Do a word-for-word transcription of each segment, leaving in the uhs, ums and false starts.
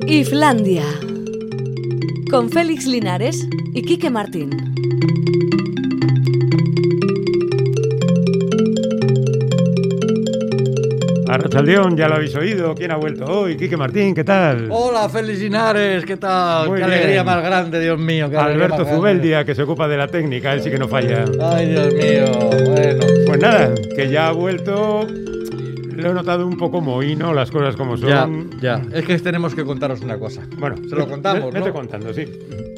Iflandia, con Félix Linares y Quique Martín. Arrachaldeón, ya lo habéis oído. ¿Quién ha vuelto hoy? Quique Martín, ¿qué tal? Hola, Félix Linares, ¿qué tal? Muy qué bien. alegría más grande, Dios mío. Qué Alberto más Zubeldia, que se ocupa de la técnica, él sí que no falla. Ay, Dios mío, bueno. Pues nada, que ya ha vuelto. Lo he notado un poco mohíno, las cosas como Ya, son. ya. Es que tenemos que contaros una cosa. Bueno, se lo contamos, vete ¿no? contando, sí.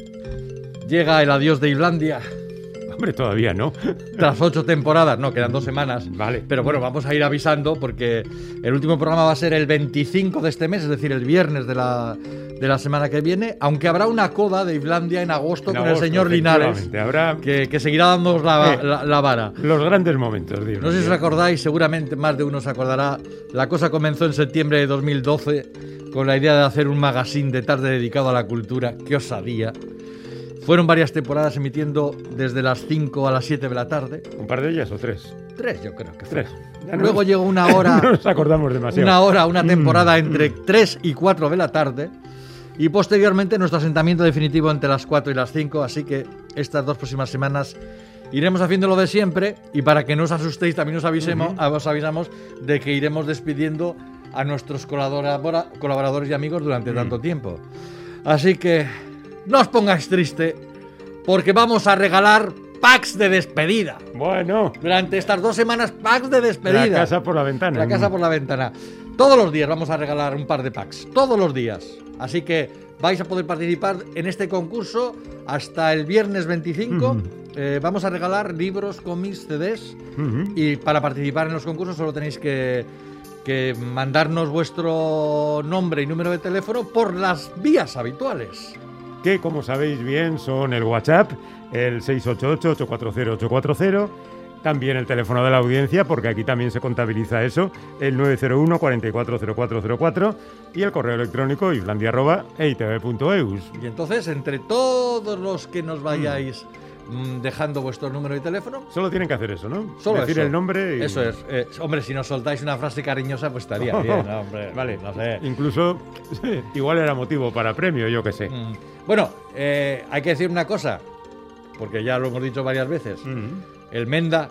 Llega el adiós de Islandia. Hombre, todavía no. Tras ocho temporadas, no, quedan dos semanas. Vale. Pero bueno, vamos a ir avisando porque el último programa va a ser el veinticinco de este mes, es decir, el viernes de la, de la semana que viene, aunque habrá una coda de Islandia en agosto En con agosto, el señor Linares, efectivamente, habrá que, que seguirá dándonos la, Eh. la, la vara. los grandes momentos, Dios. No sé si os mío. acordáis, seguramente más de uno se acordará. La cosa comenzó en septiembre de dos mil doce con la idea de hacer un magazine de tarde dedicado a la cultura. ¡Qué osadía! Fueron varias temporadas emitiendo desde las cinco a las siete de la tarde. ¿Un par de ellas o tres? Tres, yo creo que fue. Tres. Ya no- Luego llegó una hora, No nos acordamos demasiado. una hora, una temporada Mm. entre tres y cuatro de la tarde. Y posteriormente nuestro asentamiento definitivo entre las cuatro y las cinco. Así que estas dos próximas semanas iremos haciendo lo de siempre. Y para que no os asustéis, también os, avisemos, os avisamos de que iremos despidiendo a nuestros colabora- colaboradores y amigos durante Mm. tanto tiempo. Así que no os pongáis triste, porque vamos a regalar packs de despedida. Bueno, Durante estas dos semanas, packs de despedida. la casa por la ventana. La casa por la ventana. Todos los días vamos a regalar un par de packs. Todos los días. Así que vais a poder participar en este concurso hasta el viernes veinticinco. Ujú. Eh, vamos a regalar libros, cómics, C Ds. Ujú. Y para participar en los concursos solo tenéis que, que mandarnos vuestro nombre y número de teléfono por las vías habituales. Que como sabéis bien son el WhatsApp, el seis ocho ocho, ocho cuatro cero, ocho cuatro cero, también el teléfono de la audiencia, porque aquí también se contabiliza eso, el nueve cero uno, cuatro cuatro cero cuatro cero cuatro, y el correo electrónico iflandia arroba e i t v punto e u s. Y entonces, entre todos los que nos vayáis mm, dejando vuestro número de teléfono, Solo tienen que hacer eso, ¿no? solo Decir eso. el nombre y... Eso es. Eh, hombre, si nos soltáis una frase cariñosa, pues estaría bien, ¿no, hombre? Vale, No sé. incluso igual era motivo para premio, yo qué sé. Mm. Bueno, eh, hay que decir una cosa, porque ya lo hemos dicho varias veces. Mm. El Menda,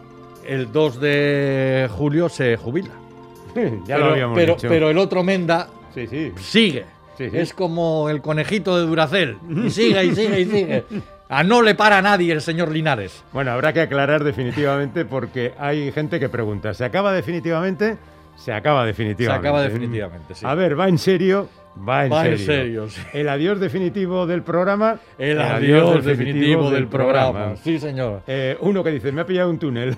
el dos de julio, se jubila. Ya pero, lo habíamos pero, dicho. pero el otro Menda Sí, sí. sigue. Sí, sí. Es como el conejito de Duracell. Y sigue, y sigue, y sigue. A no le para a nadie el señor Linares. Bueno, habrá que aclarar definitivamente porque hay gente que pregunta, ¿se acaba definitivamente? Se acaba definitivamente. Se acaba definitivamente, sí. A ver, ¿va en serio? Va en Va en serio. serio, sí. El adiós definitivo del programa. El adiós definitivo del programa. Sí, señor. Eh, uno que dice, me ha pillado un túnel.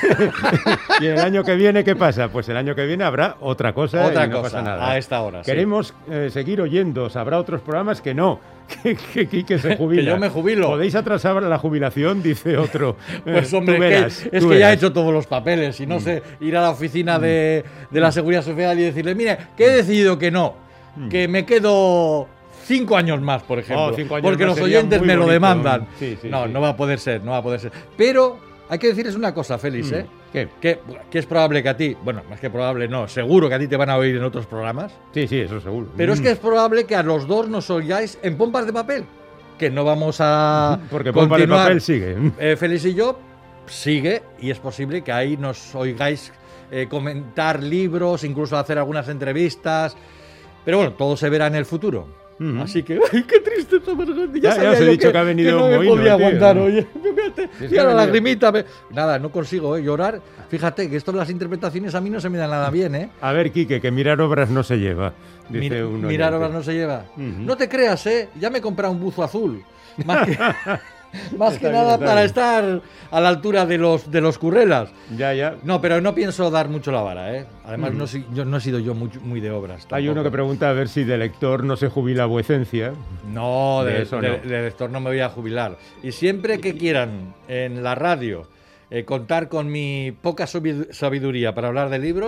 Y el año que viene, ¿qué pasa? Pues el año que viene habrá otra cosa Otra y no cosa, pasa nada. a esta hora, sí. Queremos eh, seguir oyendo. Habrá otros programas que no. Que, que, que, que se jubila. Que yo me jubilo. ¿Podéis atrasar la jubilación? Dice otro. Pues Eh, hombre, tú que- verás, es tú que ya he verás. hecho todos los papeles y no sé ir a la oficina de, de la Seguridad Social y decirle, mire, que he decidido que no, que me quedo cinco años más, por ejemplo, Oh, cinco años porque más los sería oyentes muy me lo bonito. demandan. Sí, sí, no, sí. no va a poder ser, no va a poder ser. Pero hay que decirles una cosa, Félix, ¿eh? ¿Qué? Que, que es probable que a ti, bueno, más que probable, no, seguro que a ti te van a oír en otros programas, Sí, sí, eso seguro. pero es Mm. que es probable que a los dos nos oigáis en pompas de papel, que no vamos a Porque Pompa de continuar. Papel sigue. Eh, Félix y yo sigue y es posible que ahí nos oigáis eh, comentar libros, incluso hacer algunas entrevistas. Pero bueno, todo se verá en el futuro. Ujú. Así que, ¡ay, qué tristeza más grande! Ya- ya sabía os he yo dicho que ha venido no me mohíno, podía tío. aguantar, oye. Fíjate, Es y que ha la venido- lagrimita. me- Nada, no consigo eh, llorar. Fíjate que esto de las interpretaciones a mí no se me da nada bien, ¿eh? A ver, Quique, que mirar obras no se lleva. Dice Mir- un mirar oyente. obras no se lleva. Ujú. No te creas, ¿eh? Ya me he comprado un buzo azul. Más que, más que Está bien, nada está para bien. estar a la altura de los, de los currelas. Ya, ya. No, pero no pienso dar mucho la vara, ¿eh? Además, Mm. no, soy- yo, no he sido yo muy, muy de obras. Hay tampoco. uno que pregunta a ver si de lector no se jubila vuecencia. No, De de, eso de- no. de lector no me voy a jubilar. Y siempre que quieran en la radio eh, contar con mi poca sabi- sabiduría para hablar de libros,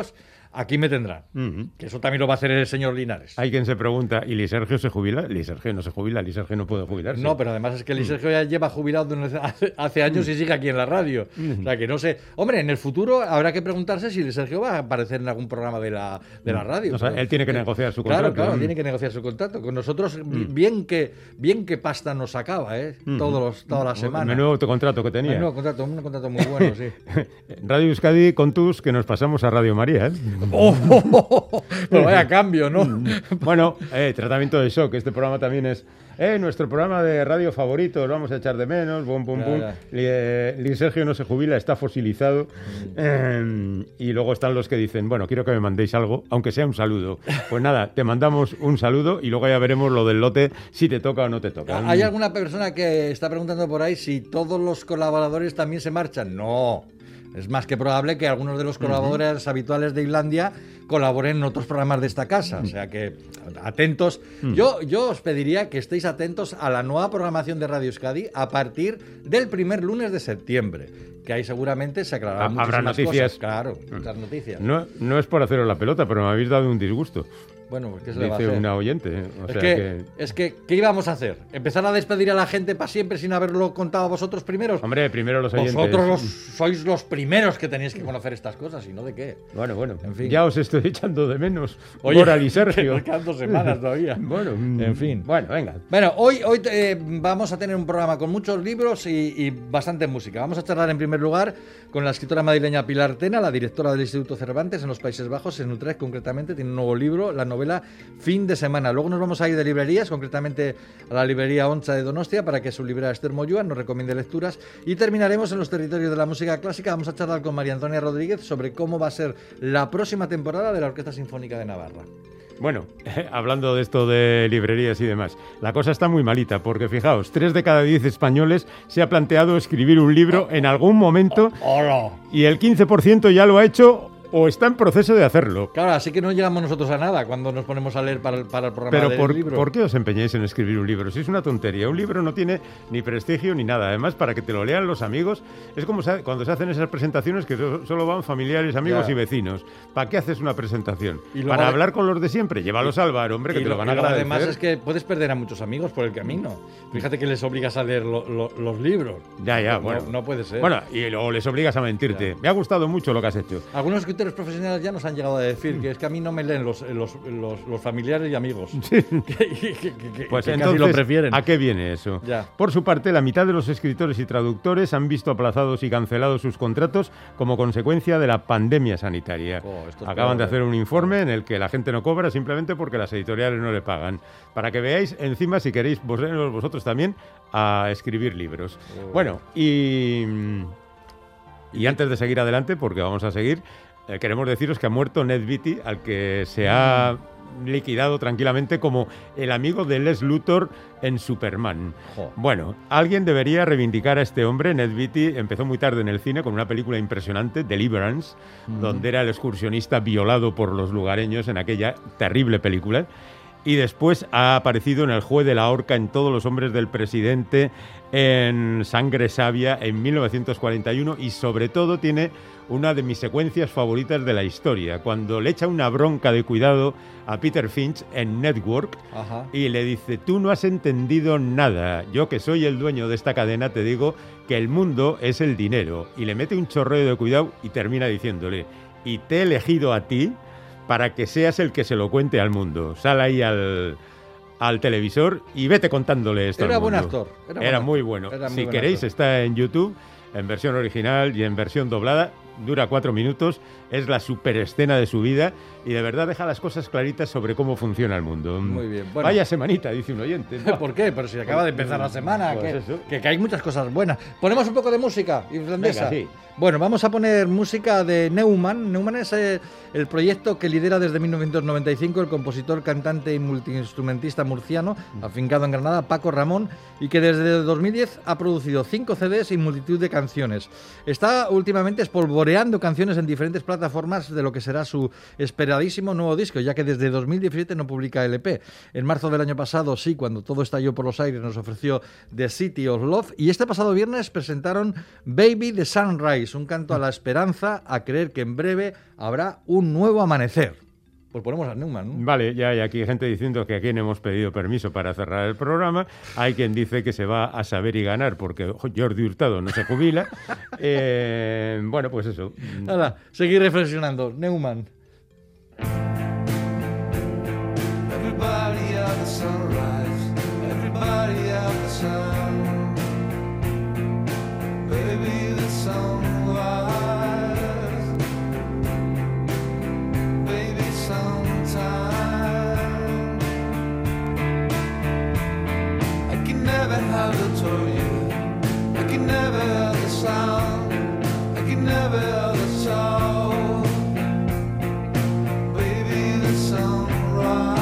aquí me tendrán. Uh-huh. Que eso también lo va a hacer el señor Linares. Hay quien se pregunta, ¿y Lisergio se jubila? Lisergio no se jubila, Lisergio no puede jubilarse. No, pero además es que Lisergio ya lleva jubilado hace, hace años y sigue aquí en la radio. Uh-huh. O sea, que no sé... Hombre, en el futuro habrá que preguntarse si Lisergio va a aparecer en algún programa de la, de la radio. O sea, él tiene que negociar su contrato. Claro, claro, tiene que negociar su contrato. Con nosotros, uh-huh. bien que bien que pasta nos sacaba, ¿eh? Uh-huh. Todos los, toda la semana. El nuevo contrato que tenía. El nuevo contrato, un contrato muy bueno, sí. Radio Euskadi con tus que nos pasamos a Radio María, ¿eh? Oh, oh, oh, oh. Pero vaya cambio, ¿no? Bueno, eh, tratamiento de shock. Este programa también es eh, nuestro programa de radio favorito. Lo vamos a echar de menos. Bum, bum, bum. Lisergio no se jubila, está fosilizado. Mm. Eh, y luego están los que dicen, bueno, quiero que me mandéis algo, aunque sea un saludo. Pues nada, te mandamos un saludo y luego ya veremos lo del lote, si te toca o no te toca. ¿Hay alguna persona que está preguntando por ahí si todos los colaboradores también se marchan? No. Es más que probable que algunos de los colaboradores uh-huh. habituales de Islandia colaboren en otros programas de esta casa. O sea que, atentos. Uh-huh. Yo, yo os pediría que estéis atentos a la nueva programación de Radio Euskadi a partir del primer lunes de septiembre. Que ahí seguramente se aclararán muchísimas Habrá noticias. Cosas. Claro, muchas noticias. No, no es por haceros la pelota, pero me habéis dado un disgusto. Bueno, pues ¿qué se le va a hacer? Dice una oyente. ¿eh? O es, sea que, que... es que, ¿qué íbamos a hacer? ¿Empezar a despedir a la gente para siempre sin haberlo contado a vosotros primeros? Hombre, primero los oyentes. Vosotros los, sois los primeros que tenéis que conocer estas cosas, y no de qué. Bueno, bueno, en fin. Ya os estoy echando de menos. Oye, Moral y Sergio. Que quedan dos semanas todavía. Bueno, en fin. Bueno, venga. Bueno, hoy, hoy eh, vamos a tener un programa con muchos libros y, y bastante música. Vamos a charlar en primer lugar con la escritora madrileña Pilar Tena, la directora del Instituto Cervantes en los Países Bajos, en Utrecht concretamente. Tiene un nuevo libro, la novela Fin de semana. Luego nos vamos a ir de librerías, concretamente a la librería Oncha de Donostia, para que su librera Esther Moyúan nos recomiende lecturas, y terminaremos en los territorios de la música clásica. Vamos a charlar con María Antonia Rodríguez sobre cómo va a ser la próxima temporada de la Orquesta Sinfónica de Navarra. Bueno, eh, hablando de esto de librerías y demás, la cosa está muy malita, porque fijaos, tres de cada diez españoles se ha planteado escribir un libro en algún momento y el quince por ciento ya lo ha hecho o está en proceso de hacerlo. Claro, así que no llegamos nosotros a nada cuando nos ponemos a leer para el, para el programa Pero del por, libro. ¿por qué os empeñáis en escribir un libro? Si es una tontería. Un libro no tiene ni prestigio ni nada. Además, para que te lo lean los amigos, es como se, cuando se hacen esas presentaciones que solo van familiares, amigos ya. y vecinos. ¿Para qué haces una presentación? ¿Para de... hablar con los de siempre? Llévalos al bar, hombre, que te lo, lo van a agradecer. Además es que puedes perder a muchos amigos por el camino. Fíjate que les obligas a leer lo, lo, los libros. Ya, ya, no, bueno. No, no puede ser. Bueno, y luego les obligas a mentirte. Ya. Me ha gustado mucho lo que has hecho. Algunos escritores profesionales ya nos han llegado a decir que es que a mí no me leen los, los, los, los familiares y amigos. Sí. que, que, que, pues que entonces, casi lo prefieren. ¿a qué viene eso? Ya. Por su parte, la mitad de los escritores y traductores han visto aplazados y cancelados sus contratos como consecuencia de la pandemia sanitaria. Oh, Acaban peor, de hacer un informe en el que la gente no cobra simplemente porque las editoriales no le pagan. Para que veáis, encima, si queréis vosotros, vosotros también, a escribir libros. Oh. Bueno, y, y antes de seguir adelante, porque vamos a seguir... Eh, queremos deciros que ha muerto Ned Beatty, al que se ha liquidado tranquilamente como el amigo de Les Luthor en Superman. Oh. Bueno, alguien debería reivindicar a este hombre. Ned Beatty empezó muy tarde en el cine con una película impresionante, Deliverance, mm. donde era el excursionista violado por los lugareños en aquella terrible película. Y después ha aparecido en El juez de la horca, en Todos los hombres del presidente, en Sangre sabia, en mil novecientos cuarenta y uno, y sobre todo tiene una de mis secuencias favoritas de la historia, cuando le echa una bronca de cuidado a Peter Finch en Network. Ajá. Y le dice, tú no has entendido nada, yo que soy el dueño de esta cadena te digo que el mundo es el dinero. Y le mete un chorreo de cuidado y termina diciéndole, y te he elegido a ti para que seas el que se lo cuente al mundo. Sal ahí al, al televisor y vete contándole esto Era al buen mundo. actor. Era, Era buen muy bueno. Era muy si buen queréis, actor. Está en YouTube, en versión original y en versión doblada. Dura cuatro minutos, es la superescena de su vida y de verdad deja las cosas claritas sobre cómo funciona el mundo. Muy bien. Bueno. Vaya semanita, dice un oyente. ¿No? ¿Por qué? Pero si acaba de empezar la semana, pues que, que, que hay muchas cosas buenas. Ponemos un poco de música irlandesa. Venga, sí. Bueno, vamos a poner música de Neumann. Neumann es eh, el proyecto que lidera desde mil novecientos noventa y cinco el compositor, cantante y multiinstrumentista murciano, afincado en Granada, Paco Ramón, y que desde dos mil diez ha producido cinco C Ds y multitud de canciones. Está últimamente espolvoreado coreando canciones en diferentes plataformas de lo que será su esperadísimo nuevo disco, ya que desde dos mil diecisiete no publica L P. En marzo del año pasado, sí, cuando todo estalló por los aires, nos ofreció The City of Love, y este pasado viernes presentaron Baby the Sunrise, un canto a la esperanza, a creer que en breve habrá un nuevo amanecer. Pues ponemos a Neumann, ¿no? Vale, ya hay aquí gente diciendo que aquí no hemos pedido permiso para cerrar el programa. Hay quien dice que se va a saber y ganar porque Jordi Hurtado no se jubila. eh, bueno, pues eso. Hala, seguir reflexionando. Neumann. Everybody at the sunrise, everybody at the sun. Baby, the sunrise. Baby, sometime I can never have the toy, I can never have the sound, I can never have the soul. Baby, the sunrise.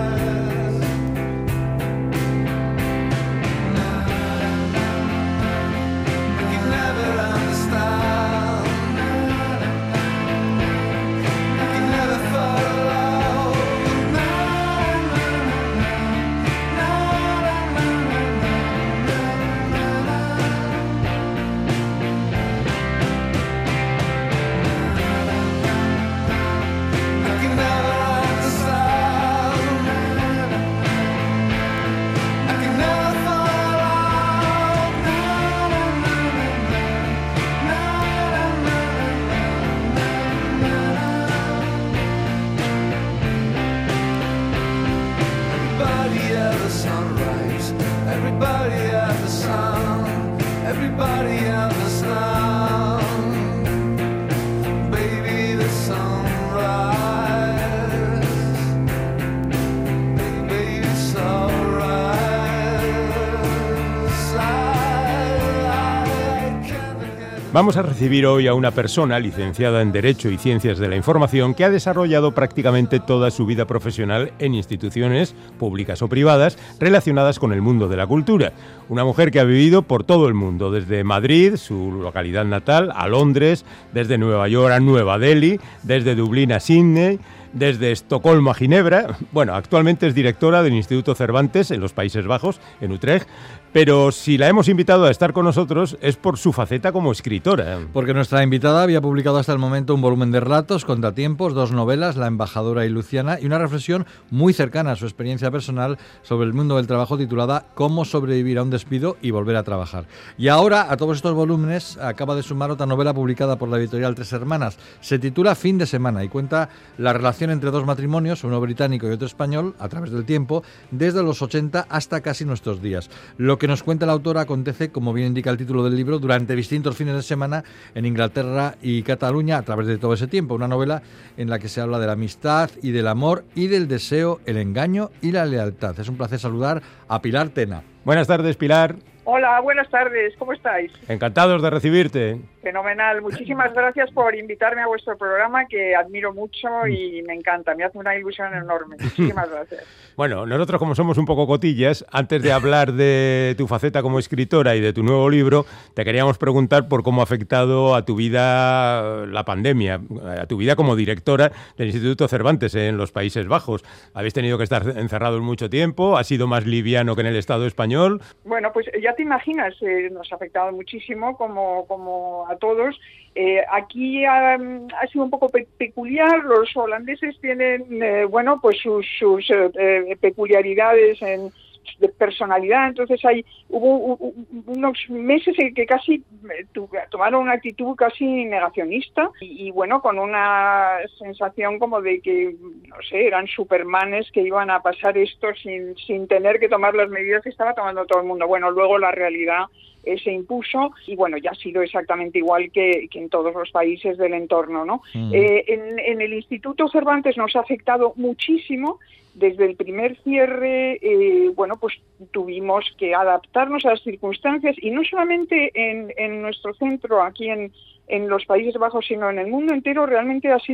Vamos a recibir hoy a una persona licenciada en Derecho y Ciencias de la Información que ha desarrollado prácticamente toda su vida profesional en instituciones públicas o privadas relacionadas con el mundo de la cultura. Una mujer que ha vivido por todo el mundo, desde Madrid, su localidad natal, a Londres, desde Nueva York a Nueva Delhi, desde Dublín a Sydney, desde Estocolmo a Ginebra. Bueno, actualmente es directora del Instituto Cervantes en los Países Bajos, en Utrecht, pero si la hemos invitado a estar con nosotros es por su faceta como escritora. Porque nuestra invitada había publicado hasta el momento un volumen de relatos, Contratiempos, dos novelas, La embajadora y Luciana, y una reflexión muy cercana a su experiencia personal sobre el mundo del trabajo titulada Cómo sobrevivir a un despido y volver a trabajar. Y ahora, a todos estos volúmenes, acaba de sumar otra novela publicada por la editorial Tres Hermanas. Se titula Fin de semana y cuenta la relación entre dos matrimonios, uno británico y otro español, a través del tiempo, desde los ochenta hasta casi nuestros días. Lo que nos cuenta la autora acontece, como bien indica el título del libro, durante distintos fines de semana en Inglaterra y Cataluña a través de todo ese tiempo. Una novela en la que se habla de la amistad y del amor y del deseo, el engaño y la lealtad. Es un placer saludar a Pilar Tena. Buenas tardes, Pilar. Hola, buenas tardes, ¿cómo estáis? Encantados de recibirte. Fenomenal, muchísimas gracias por invitarme a vuestro programa, que admiro mucho y me encanta, me hace una ilusión enorme. Muchísimas gracias. Bueno, nosotros como somos un poco cotillas, antes de hablar de tu faceta como escritora y de tu nuevo libro, te queríamos preguntar por cómo ha afectado a tu vida la pandemia, a tu vida como directora del Instituto Cervantes en los Países Bajos. ¿Habéis tenido que estar encerrados mucho tiempo? ¿Ha sido más liviano que en el Estado español? Bueno, pues ya te imaginas, eh, nos ha afectado muchísimo, como, como a todos. Eh, aquí ha, ha sido un poco pe- peculiar. Los holandeses tienen, eh, bueno, pues sus, sus eh, peculiaridades en de personalidad, entonces hay hubo u, u, unos meses en que casi tu, tomaron una actitud casi negacionista y, y bueno, con una sensación como de que, no sé, eran supermanes que iban a pasar esto sin, sin tener que tomar las medidas que estaba tomando todo el mundo. Bueno, luego la realidad eh, se impuso y bueno, ya ha sido exactamente igual que, que en todos los países del entorno, ¿no? Mm. Eh, en, en el Instituto Cervantes nos ha afectado muchísimo. Desde el primer cierre, eh, bueno, pues tuvimos que adaptarnos a las circunstancias y no solamente en, en nuestro centro, aquí en, en los Países Bajos, sino en el mundo entero. Realmente ha sido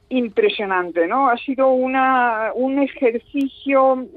impresionante, ¿no? Ha sido una, un ejercicio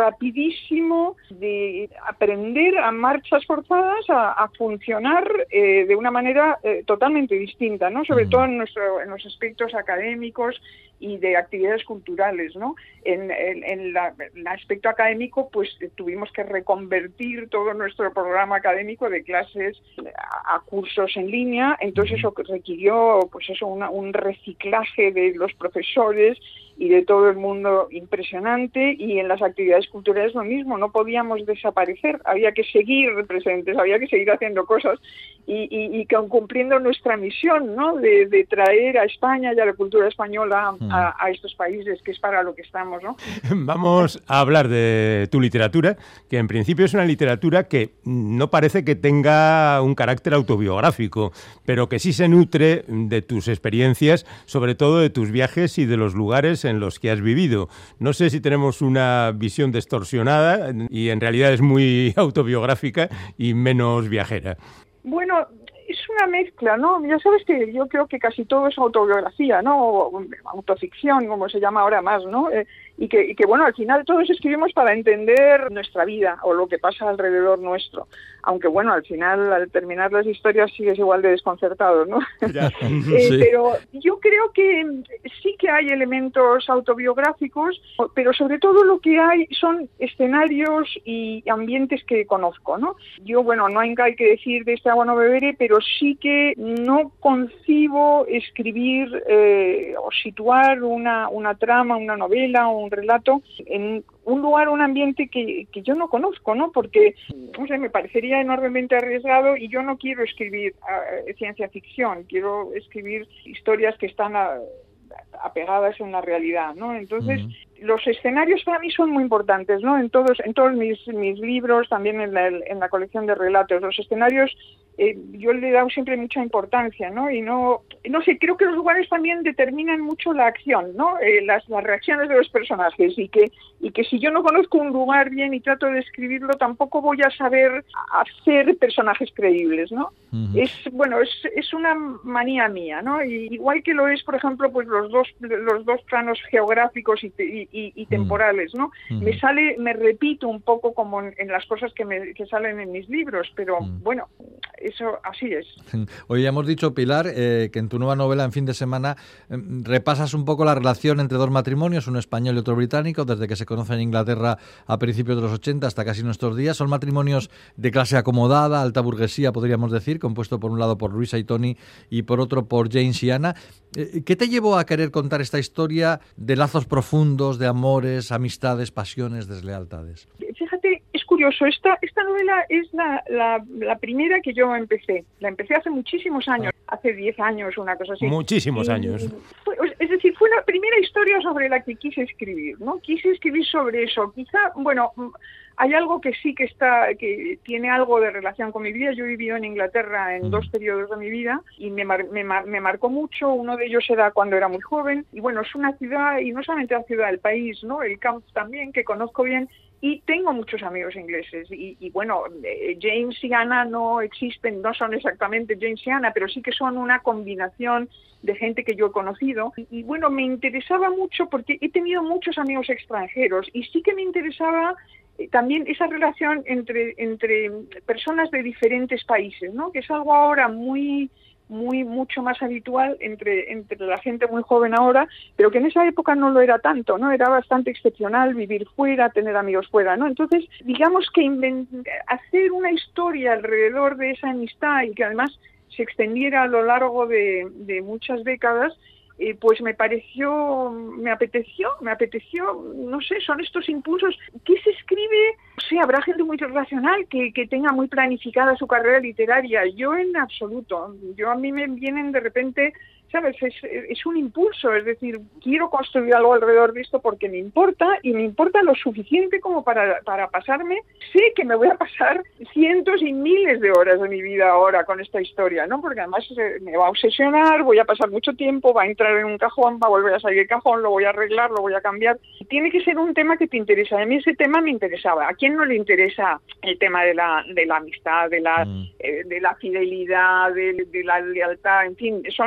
rapidísimo de aprender a marchas forzadas a, a funcionar eh, de una manera eh, totalmente distinta, ¿no? Sobre mm. todo en, nuestro, en los aspectos académicos y de actividades culturales, ¿no? En, en, en, la, en el aspecto académico, pues tuvimos que reconvertir todo nuestro programa académico de clases a, a cursos en línea, entonces eso requirió, pues eso, una, un reciclaje de los profesores y de todo el mundo impresionante, y en las actividades culturales lo mismo, no podíamos desaparecer, había que seguir presentes, había que seguir haciendo cosas y, y, y cumpliendo nuestra misión, ¿no? De, de traer a España y a la cultura española a, a estos países, que es para lo que estamos, ¿no? Vamos a hablar de tu literatura, que en principio es una literatura que no parece que tenga un carácter autobiográfico, pero que sí se nutre de tus experiencias, sobre todo de tus viajes y de los lugares en los que has vivido. No sé si tenemos una visión distorsionada y en realidad es muy autobiográfica y menos viajera. Bueno, es una mezcla, ¿no? Ya sabes que yo creo que casi todo es autobiografía, ¿no? O autoficción, como se llama ahora más, ¿no? Eh, y, que, y que, bueno, al final todos escribimos para entender nuestra vida o lo que pasa alrededor nuestro. Aunque, bueno, al final, al terminar las historias sigues igual de desconcertado, ¿no? Ya. eh, Sí. Pero yo creo que sí que hay elementos autobiográficos, pero sobre todo lo que hay son escenarios y ambientes que conozco, ¿no? Yo, bueno, no hay que decir de este agua no beberé, pero sí que no concibo escribir eh, o situar una, una trama, una novela o un relato en un lugar, un ambiente que, que yo no conozco, ¿no? Porque, no sé, me parecería enormemente arriesgado y yo no quiero escribir uh, ciencia ficción, quiero escribir historias que están a, apegadas en la realidad, ¿no? Entonces, uh-huh. los escenarios para mí son muy importantes, ¿no? En todos, en todos mis, mis libros, también en la, en la colección de relatos, los escenarios eh, yo le he dado siempre mucha importancia, ¿no? Y no, no sé, creo que los lugares también determinan mucho la acción, ¿no? Eh, las, las reacciones de los personajes y que, y que si yo no conozco un lugar bien y trato de describirlo, tampoco voy a saber hacer personajes creíbles, ¿no? Uh-huh. Es, bueno, es, es una manía mía, ¿no? Y igual que lo es, por ejemplo, pues los dos, los dos planos geográficos y, y, y, y temporales, ¿no? Uh-huh. Me sale, me repito un poco como en, en las cosas que, me, que salen en mis libros, pero uh-huh. bueno, eso así es. Hoy ya hemos dicho, Pilar, eh, que en tu nueva novela, En fin de semana, eh, repasas un poco la relación entre dos matrimonios, uno español y otro británico, desde que se conocen en Inglaterra a principios de los ochenta hasta casi nuestros días. Son matrimonios de clase acomodada, alta burguesía, podríamos decir, compuesto por un lado por Luisa y Tony y por otro por James y Anna. Eh, ¿Qué te llevó a querer contar esta historia de lazos profundos, de amores, amistades, pasiones, deslealtades? Fíjate, es curioso, esta, esta novela es la, la, la primera que yo empecé. La empecé hace muchísimos años, hace diez años, una cosa así. Muchísimos y, años. Fue, es decir, fue la primera historia sobre la que quise escribir, ¿no? Quise escribir sobre eso. Quizá, bueno, hay algo que sí que está, que tiene algo de relación con mi vida. Yo he vivido en Inglaterra en mm. dos periodos de mi vida y me, mar, me, mar, me marcó mucho. Uno de ellos era cuando era muy joven. Y bueno, es una ciudad, y no solamente la ciudad, el país, ¿no? El campo también, que conozco bien. Y tengo muchos amigos ingleses y, y bueno, eh, James y Anna no existen, no son exactamente James y Anna, pero sí que son una combinación de gente que yo he conocido. Y, y bueno, me interesaba mucho porque he tenido muchos amigos extranjeros y sí que me interesaba eh, también esa relación entre, entre personas de diferentes países, ¿no? Que es algo ahora muy... muy mucho más habitual entre entre la gente muy joven ahora, pero que en esa época no lo era tanto, ¿no? Era bastante excepcional vivir fuera, tener amigos fuera, ¿no? Entonces, digamos que invent- hacer una historia alrededor de esa amistad y que además se extendiera a lo largo de, de muchas décadas, Eh, pues me pareció, me apeteció, me apeteció, no sé, son estos impulsos. ¿Qué se escribe? Sí, habrá gente muy racional que, que tenga muy planificada su carrera literaria. Yo en absoluto. Yo a mí me vienen de repente, ¿sabes? Es, es un impulso, es decir, quiero construir algo alrededor de esto porque me importa y me importa lo suficiente como para, para pasarme. Sé que me voy a pasar cientos y miles de horas de mi vida ahora con esta historia, ¿no? Porque además me va a obsesionar, voy a pasar mucho tiempo, va a entrar en un cajón, va a volver a salir del cajón, lo voy a arreglar, lo voy a cambiar. Tiene que ser un tema que te interesa. A mí ese tema me interesaba. ¿A quién no le interesa el tema de la, de la amistad, de la, mm. eh, de la fidelidad, de, de la lealtad? En fin, son, son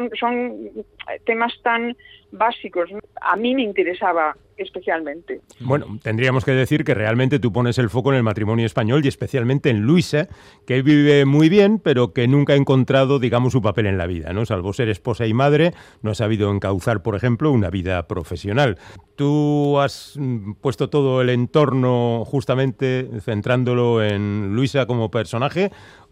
son temas tan básicos. A mí me interesaba especialmente. Bueno, tendríamos que decir que realmente tú pones el foco en el matrimonio español y especialmente en Luisa, que vive muy bien, pero que nunca ha encontrado, digamos, su papel en la vida, ¿no? Salvo ser esposa y madre, no ha sabido encauzar, por ejemplo, una vida profesional. Tú has puesto todo el entorno justamente centrándolo en Luisa como personaje,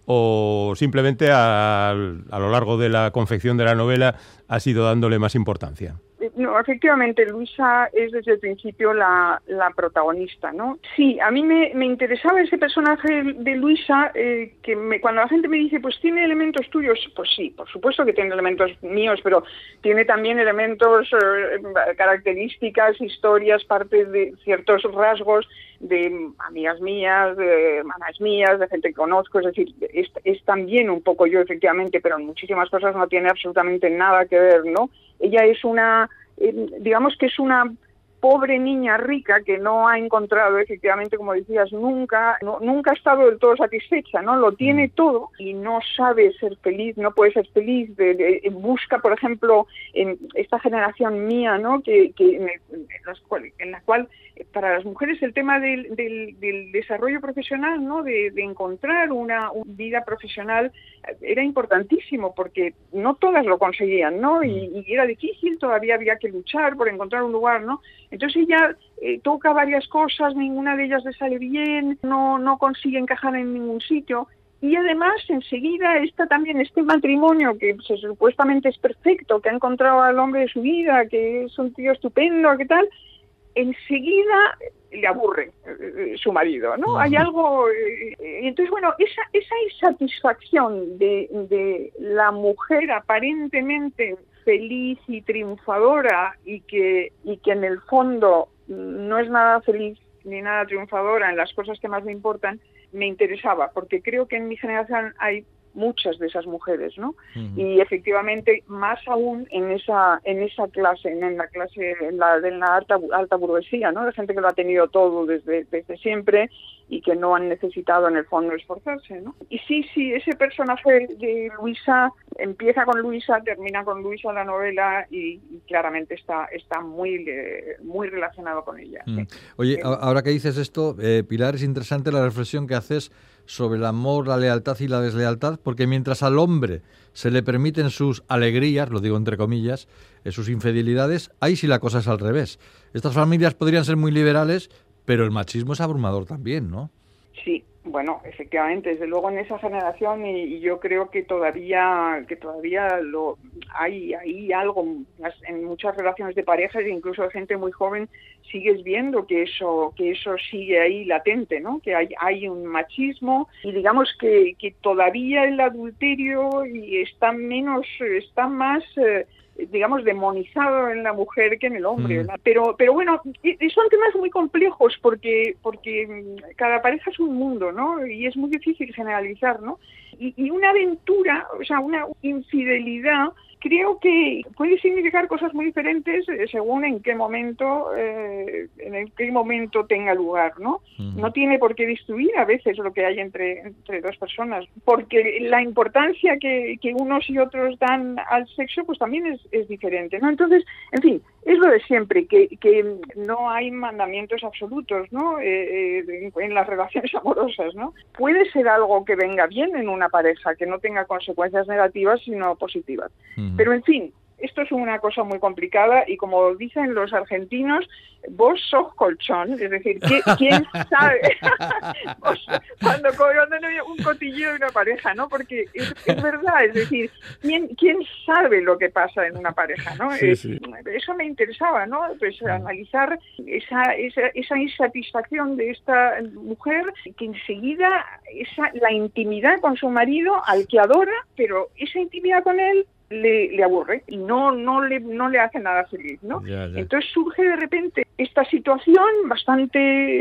o simplemente a, a lo largo de la confección de la novela has ido dándole más importancia. No, efectivamente, Luisa es desde el principio la, la protagonista, ¿no? Sí, a mí me, me interesaba ese personaje de Luisa, eh, que me, cuando la gente me dice, pues tiene elementos tuyos, pues sí, por supuesto que tiene elementos míos, pero tiene también elementos, eh, características, historias, partes de ciertos rasgos de amigas mías, de hermanas mías, de gente que conozco, es decir, es, es también un poco yo, efectivamente, pero en muchísimas cosas no tiene absolutamente nada que ver, ¿no? Ella es una, eh, digamos que es una pobre niña rica que no ha encontrado, efectivamente, como decías, nunca, no, nunca ha estado del todo satisfecha, ¿no? Lo tiene todo y no sabe ser feliz, no puede ser feliz. De, de, busca, por ejemplo, en esta generación mía, ¿no? Que, que en, en, las cual, en la cual para las mujeres el tema del, del, del desarrollo profesional, ¿no? De, de encontrar una, una vida profesional era importantísimo porque no todas lo conseguían, ¿no? Y, y era difícil, todavía había que luchar por encontrar un lugar, ¿no? Entonces ella eh, toca varias cosas, ninguna de ellas le sale bien, no, no consigue encajar en ningún sitio. Y además, enseguida, está también este matrimonio que pues, supuestamente es perfecto, que ha encontrado al hombre de su vida, que es un tío estupendo, ¿qué tal? Enseguida le aburre eh, su marido, ¿no? Uh-huh. Hay algo... Eh, entonces, bueno, esa, esa insatisfacción de, de la mujer aparentemente feliz y triunfadora y que, y que en el fondo no es nada feliz ni nada triunfadora en las cosas que más le importan, me interesaba, porque creo que en mi generación hay muchas de esas mujeres, ¿no? Uh-huh. Y efectivamente, más aún en esa en esa clase, en la clase en la de la alta, alta burguesía, ¿no? De gente que lo ha tenido todo desde, desde siempre y que no han necesitado en el fondo esforzarse, ¿no? Y sí, sí, ese personaje de Luisa empieza con Luisa, termina con Luisa la novela y, y claramente está está muy eh, muy relacionado con ella. Mm. ¿Sí? Oye, eh, ahora que dices esto, eh, Pilar, es interesante la reflexión que haces sobre el amor, la lealtad y la deslealtad, porque mientras al hombre se le permiten sus alegrías, lo digo entre comillas, eh, sus infidelidades, ahí sí la cosa es al revés. Estas familias podrían ser muy liberales, pero el machismo es abrumador también, ¿no? Sí, bueno, efectivamente, desde luego en esa generación y, y yo creo que todavía que todavía lo hay hay algo en muchas relaciones de parejas e incluso de gente muy joven sigues viendo que eso que eso sigue ahí latente, ¿no? Que hay hay un machismo y digamos que que todavía el adulterio y está menos está más eh, digamos, demonizado en la mujer que en el hombre, ¿verdad? Pero, pero bueno, son temas muy complejos porque, porque cada pareja es un mundo, ¿no? Y es muy difícil generalizar, ¿no? Y, y una aventura, o sea, una infidelidad, creo que puede significar cosas muy diferentes eh, según en qué momento, eh, en el qué momento tenga lugar, ¿no? Uh-huh. No tiene por qué destruir a veces lo que hay entre, entre dos personas, porque la importancia que, que unos y otros dan al sexo, pues también es, es diferente, ¿no? Entonces, en fin, es lo de siempre, que, que no hay mandamientos absolutos, ¿no? Eh, eh, en las relaciones amorosas, ¿no? Puede ser algo que venga bien en una pareja, que no tenga consecuencias negativas, sino positivas. Uh-huh. Pero, en fin, esto es una cosa muy complicada y, como dicen los argentinos, vos sos colchón, es decir, ¿quién sabe? Vos, cuando, cuando no hay un cotilleo de una pareja, ¿no? Porque es, es verdad, es decir, ¿quién, ¿quién sabe lo que pasa en una pareja, no? Sí, eh, sí. Eso me interesaba, ¿no? Pues analizar esa, esa, esa insatisfacción de esta mujer que enseguida esa, la intimidad con su marido, al que adora, pero esa intimidad con él Le, le aburre y no no le no le hace nada feliz, ¿no? Ya, ya. Entonces surge de repente esta situación bastante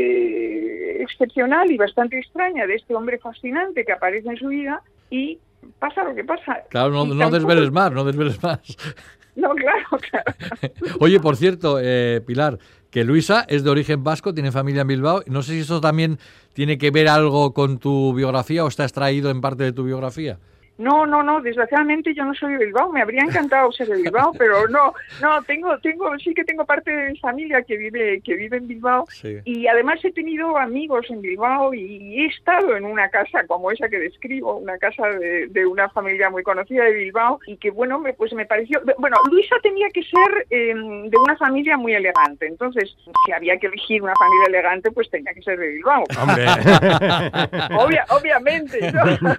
excepcional y bastante extraña de este hombre fascinante que aparece en su vida y pasa lo que pasa. Claro, no, no tampoco... desveles más, no desveles más. No, claro, claro. Oye, por cierto, eh, Pilar, que Luisa es de origen vasco, tiene familia en Bilbao. No sé si eso también tiene que ver algo con tu biografía o está extraído en parte de tu biografía. No, no, no, desgraciadamente yo no soy de Bilbao, me habría encantado ser de Bilbao, pero no, no, tengo, tengo, sí que tengo parte de mi familia que vive, que vive en Bilbao, Sí. y además he tenido amigos en Bilbao y he estado en una casa como esa que describo, una casa de, de una familia muy conocida de Bilbao, y que bueno, me, pues me pareció, bueno, Luisa tenía que ser eh, de una familia muy elegante, entonces si había que elegir una familia elegante, pues tenía que ser de Bilbao. Hombre. Obvia, obviamente,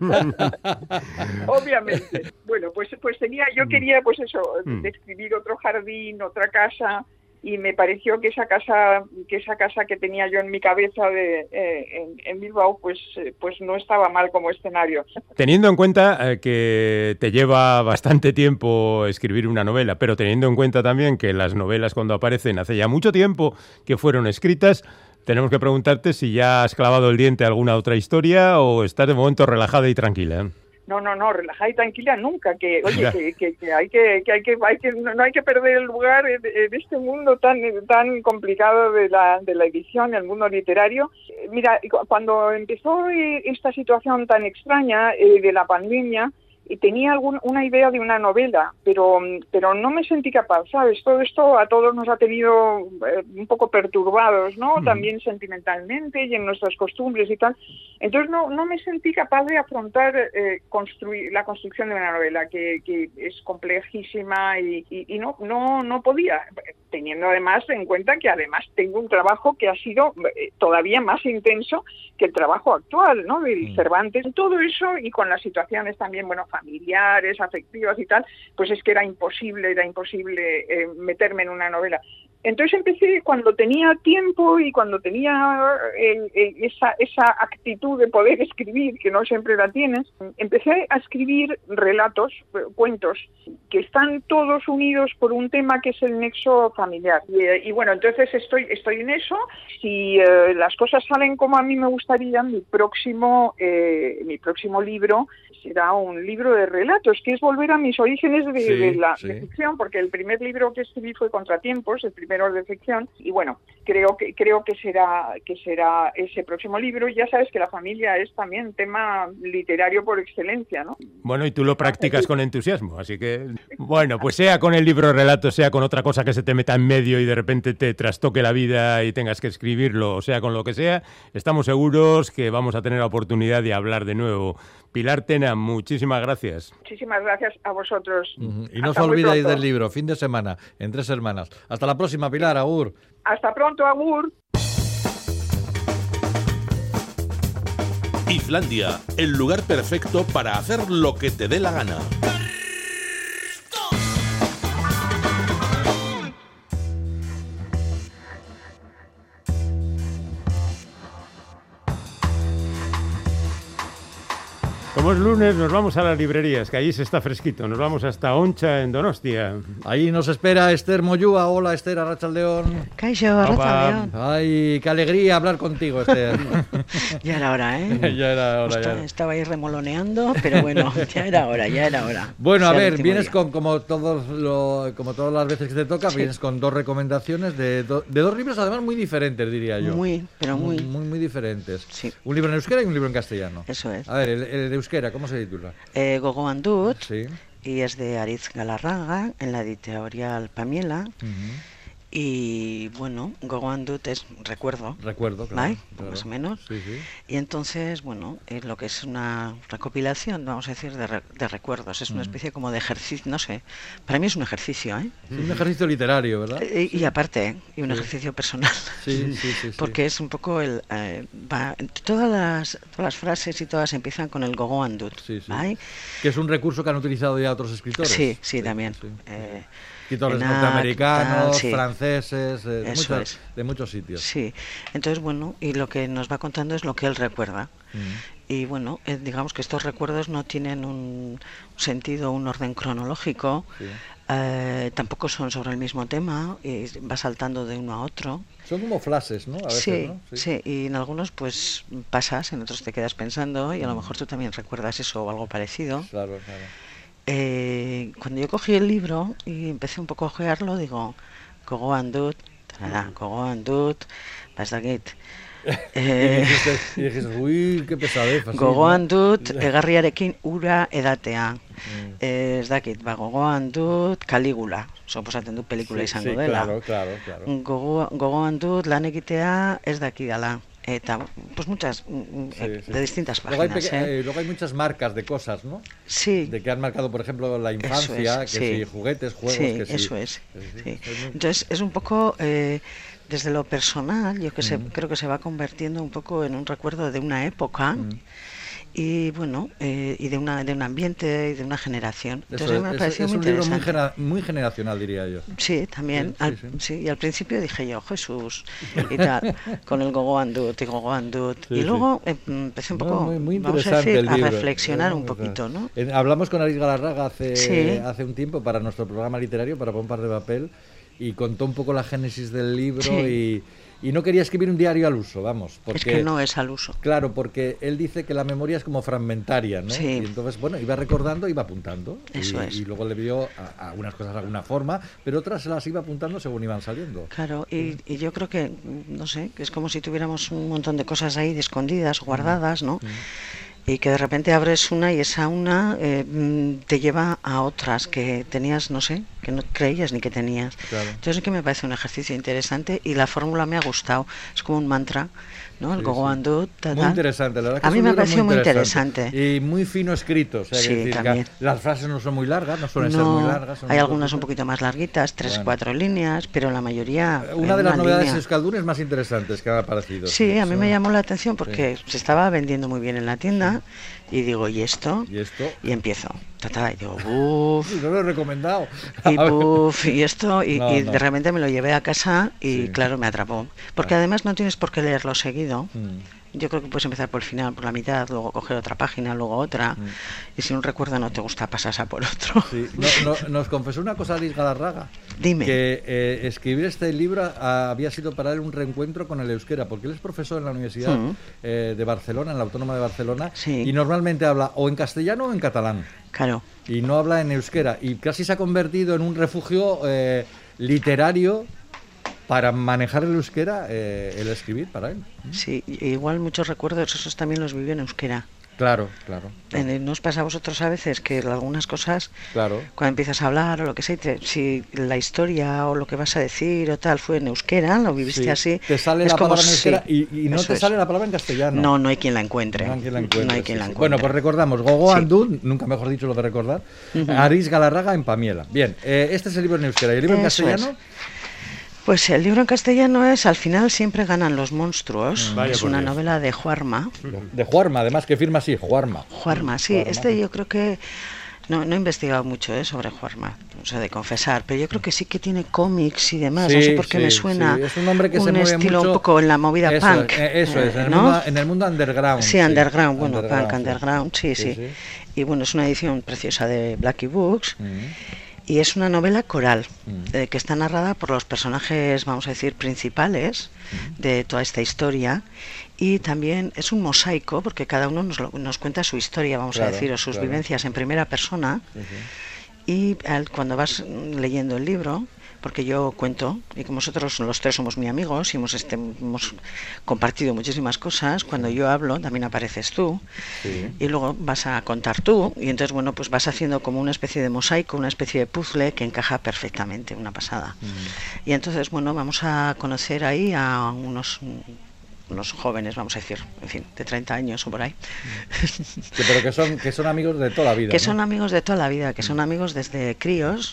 ¿no? Obviamente. Bueno, pues pues tenía, yo quería pues eso, Mm. describir otro jardín, otra casa, y me pareció que esa casa, que esa casa que tenía yo en mi cabeza de eh, en, en Bilbao, pues eh, pues no estaba mal como escenario. Teniendo en cuenta eh, que te lleva bastante tiempo escribir una novela, pero teniendo en cuenta también que las novelas cuando aparecen hace ya mucho tiempo que fueron escritas, tenemos que preguntarte si ya has clavado el diente a alguna otra historia o estás de momento relajada y tranquila. No, no, no, relajada y tranquila nunca, que oye, Ya. que, que, que hay que, que hay que, hay que no, no hay que perder el lugar en, en este mundo tan tan complicado de la de la edición, el mundo literario. Eh, Mira, cu- cuando empezó eh, esta situación tan extraña eh, de la pandemia, y tenía algún, una idea de una novela, pero pero no me sentí capaz, ¿sabes? Todo esto a todos nos ha tenido eh, un poco perturbados, ¿no? Ujú. También sentimentalmente y en nuestras costumbres y tal. Entonces no no me sentí capaz de afrontar eh, construir la construcción de una novela que, que es complejísima y, y, y no no no podía, teniendo además en cuenta que además tengo un trabajo que ha sido eh, todavía más intenso que el trabajo actual, ¿no? Del Mm. Cervantes. Todo eso y con las situaciones también, bueno, familiares, afectivas y tal, pues es que era imposible, era imposible eh, meterme en una novela. Entonces empecé cuando tenía tiempo y cuando tenía el, el, esa, esa actitud de poder escribir, que no siempre la tienes, empecé a escribir relatos, eh, cuentos, que están todos unidos por un tema que es el nexo familiar. Y, eh, y bueno, entonces estoy, estoy en eso. Si eh, las cosas salen como a mí me gustaría, mi próximo, eh, mi próximo libro será un libro de relatos, que es volver a mis orígenes de, Sí, de la sí. de ficción, porque el primer libro que escribí fue Contratiempos, el primero de ficción, y bueno, creo que creo que será que será ese próximo libro. Ya sabes que la familia es también tema literario por excelencia, ¿no? Bueno, y tú lo practicas con entusiasmo, así que, bueno, pues sea con el libro de relatos, sea con otra cosa que se te meta en medio y de repente te trastoque la vida y tengas que escribirlo, o sea, con lo que sea, estamos seguros que vamos a tener la oportunidad de hablar de nuevo. Pilar Tena, muchísimas gracias. Muchísimas gracias a vosotros. Ujú. Y no os Hasta muy olvidéis pronto. del libro, fin de semana, en Tres Hermanas. Hasta la próxima, Pilar, agur. Hasta pronto, agur. Islandia, el lugar perfecto para hacer lo que te dé la gana. Como es lunes, nos vamos a las librerías, que allí se está fresquito. Nos vamos hasta Oncha, en Donostia. Ahí nos espera Esther Moyúa. Hola, Esther, Arrachaldeón. Kaixo, Opa. arratsaldeon. Ay, qué alegría hablar contigo, Esther. Ya era hora, ¿eh? Ya era hora, ya Justo era. estaba ahí remoloneando, pero bueno, ya era hora, ya era hora. Bueno, a Sea el ver, último vienes día. con, como, todos lo, como todas las veces que te toca, Sí. vienes con dos recomendaciones de, do- de dos libros, además muy diferentes, diría yo. Muy, pero muy. Muy, muy diferentes. Sí. Un libro en euskera y un libro en castellano. Eso es. A ver, el, el de euskera, ¿cómo se titula? Eh, Gogoan dut, Sí. y es de Aritz Galarraga, en la editorial Pamiela. Ujú. Y bueno, Gogoan dut es recuerdo, Recuerdo, claro. ¿vale? claro. Más o menos. Sí, sí. Y entonces, bueno, es lo que es una recopilación, vamos a decir, de, re- de recuerdos. Es una Mm. especie como de ejercicio, no sé, para mí es un ejercicio, ¿eh? Es un ejercicio literario, ¿verdad? Eh, Y, aparte, ¿eh? y un Sí. ejercicio personal. Sí, sí, sí. sí. Porque es un poco el... eh, va, todas, las, todas las frases y todas empiezan con el gogo and dut, Sí, sí. ¿vale? Que es un recurso que han utilizado ya otros escritores. Sí, sí, también. sí. Eh, Escritores Enac, norteamericanos, tal, sí. franceses, eh, de, Eso muchos, es. de muchos sitios. Sí, entonces bueno, y lo que nos va contando es lo que él recuerda. Mm. Y bueno, eh, digamos que estos recuerdos no tienen un sentido, un orden cronológico, Sí. eh, tampoco son sobre el mismo tema, y va saltando de uno a otro. Son como flashes, ¿no? A veces, Sí, ¿no? sí, y en algunos pues pasas, en otros te quedas pensando y a lo mejor tú también recuerdas eso o algo parecido. Claro, claro. Eh, cuando yo cogí el libro y empecé un poco a ojearlo, digo, gogoan dut, tarara, gogoan dut, basdagit. Eh, y, dijiste, y dijiste, uy, qué pesadez. así, gogoan ¿no? dut egarriarekin ura edatea. Mm. Eh, ez dakit, ba, gogoan dut Caligula, suposatzen dut pelikula Sí, izango sí, dela. claro, claro, claro. Gogo, gogoan dut lan egitea ez dakidala. Eta, pues muchas, mm, Sí, eh, sí. de distintas Luego hay, páginas, peque- ¿eh? eh, luego hay muchas marcas de cosas, ¿no? Sí. De que han marcado, por ejemplo, la infancia, es, que sí. si juguetes, juegos, Sí, que si... eso es. Sí, sí, Sí. sí. Es muy- Entonces es un poco, eh, desde lo personal, yo que sé, Mm. creo que se va convirtiendo un poco en un recuerdo de una época Mm. y bueno, eh, y de una de un ambiente y de una generación. Eso Entonces es, me ha es- parecido es muy un libro muy, interesante. genera- muy generacional, diría yo. Sí, también. Sí, sí, al, sí. sí, y al principio dije yo, Jesús, y tal, con el Gogo Andut y Gogo Andut. Sí, y sí. luego eh, empecé un No, poco, muy, muy vamos a interesante decir, el a libro. reflexionar Eh, un o sea, poquito, ¿no? eh, hablamos con Aris Galarraga hace, Sí. hace un tiempo para nuestro programa literario, para Pompar de Papel, y contó un poco la génesis del libro Sí. y, y no quería escribir un diario al uso, vamos. Porque, Es que no es al uso. Claro, porque él dice que la memoria es como fragmentaria, ¿no? Sí. Y entonces, bueno, iba recordando, iba apuntando. Eso y, es. y luego le vio a, a algunas cosas de alguna forma, pero otras se las iba apuntando según iban saliendo. Claro, y, y yo creo que, no sé, que es como si tuviéramos un montón de cosas ahí de escondidas, guardadas, ¿no? Y que de repente abres una y esa una eh, mm, te lleva a otras que tenías, no sé, que no creías ni que tenías. Claro. Entonces sí que me parece un ejercicio interesante y la fórmula me ha gustado. Es como un mantra, ¿no? El Sí, Gogo sí. Andut, ta, Muy ta. interesante, la verdad que A es mí un me ha libro parecido muy interesante. interesante. Y muy fino escrito. O sea, Sí, que decir, que también. las frases no son muy largas, no suelen ser No, muy largas. son hay muy algunas un cortitas. poquito más larguitas, tres, Bueno. cuatro líneas, pero la mayoría. Una en de las novedades línea. de Euskaldun es más interesantes que me ha parecido. Sí, a mí Son- me llamó la atención porque se estaba vendiendo muy bien en la tienda y digo, ¿y esto? Y esto, Y empiezo, ta, ta, y digo, uff, no lo he recomendado. y A ver. puff, y esto, y, No, y no. de repente me lo llevé a casa y Sí. claro, me atrapó. Porque Ah. además no tienes por qué leerlo seguido. Mm. Yo creo que puedes empezar por el final, por la mitad, luego coger otra página, luego otra. Mm. Y si un recuerdo no te gusta, pasas a por otro. Sí. No, no- nos confesó una cosa Aris Galarraga. Dime. Que eh, escribir este libro ah, había sido para él un reencuentro con el euskera, porque él es profesor en la Universidad Mm. eh, de Barcelona, en la Autónoma de Barcelona, Sí. y normalmente habla o en castellano o en catalán. Claro. Y no habla en euskera. Y casi se ha convertido en un refugio eh, literario para manejar el euskera, eh, el escribir para él. Sí, y- igual muchos recuerdos, esos también los vivió en euskera. Claro, claro. En el- ¿No os pasa a vosotros a veces que algunas cosas, Claro. cuando empiezas a hablar o lo que sea, y te- si la historia o lo que vas a decir o tal fue en euskera, lo viviste Sí, así, te sale es la como palabra en si- euskera y, y no eso te es. sale la palabra en castellano. No, no hay quien la encuentre. No hay quien la encuentre, No hay sí, quien la sí. encuentre. Bueno, pues recordamos, Gogo Sí. Andut, nunca mejor dicho lo de recordar, Ujú. Aris Galarraga en Pamiela. Bien, eh, este es el libro en euskera. ¿Y el libro en Eso castellano? Pues el libro en castellano es Al final siempre ganan los monstruos. Vaya Es por una Dios. novela de Juarma. De Juarma, además, que firma así, Juarma. Juarma, sí. Juarma. Este yo creo que... No, no he investigado mucho eh, sobre Juarma, o sea, de confesar, pero yo creo que sí que tiene cómics y demás. no Sí, sé por qué sí, me suena sí. Es un hombre que se mueve estilo mucho- un poco en la movida Eso, punk. eh, eso es, en el, ¿no? mundo, en el mundo underground. Sí, underground, bueno, punk, sí. underground, sí, sí, Y bueno, es una edición preciosa de Blackie Books Mm, y es una novela coral Mm. eh, que está narrada por los personajes, vamos a decir, principales Mm. de toda esta historia y también es un mosaico porque cada uno nos, lo- nos cuenta su historia, vamos Claro, a decir, o sus claro. vivencias en primera persona sí, sí. y al- cuando vas mm, leyendo el libro, porque yo cuento, y como nosotros los tres somos muy amigos y hemos, este, hemos compartido muchísimas cosas, cuando yo hablo también apareces tú, Sí. y luego vas a contar tú, y entonces, bueno, pues vas haciendo como una especie de mosaico, una especie de puzzle que encaja perfectamente, una pasada. Mm. Y entonces, bueno, vamos a conocer ahí a unos... mm, unos jóvenes, vamos a decir, en fin, de treinta años o por ahí, Que- pero que son, que son amigos de toda la vida. que ¿no? son amigos de toda la vida, que son amigos desde críos,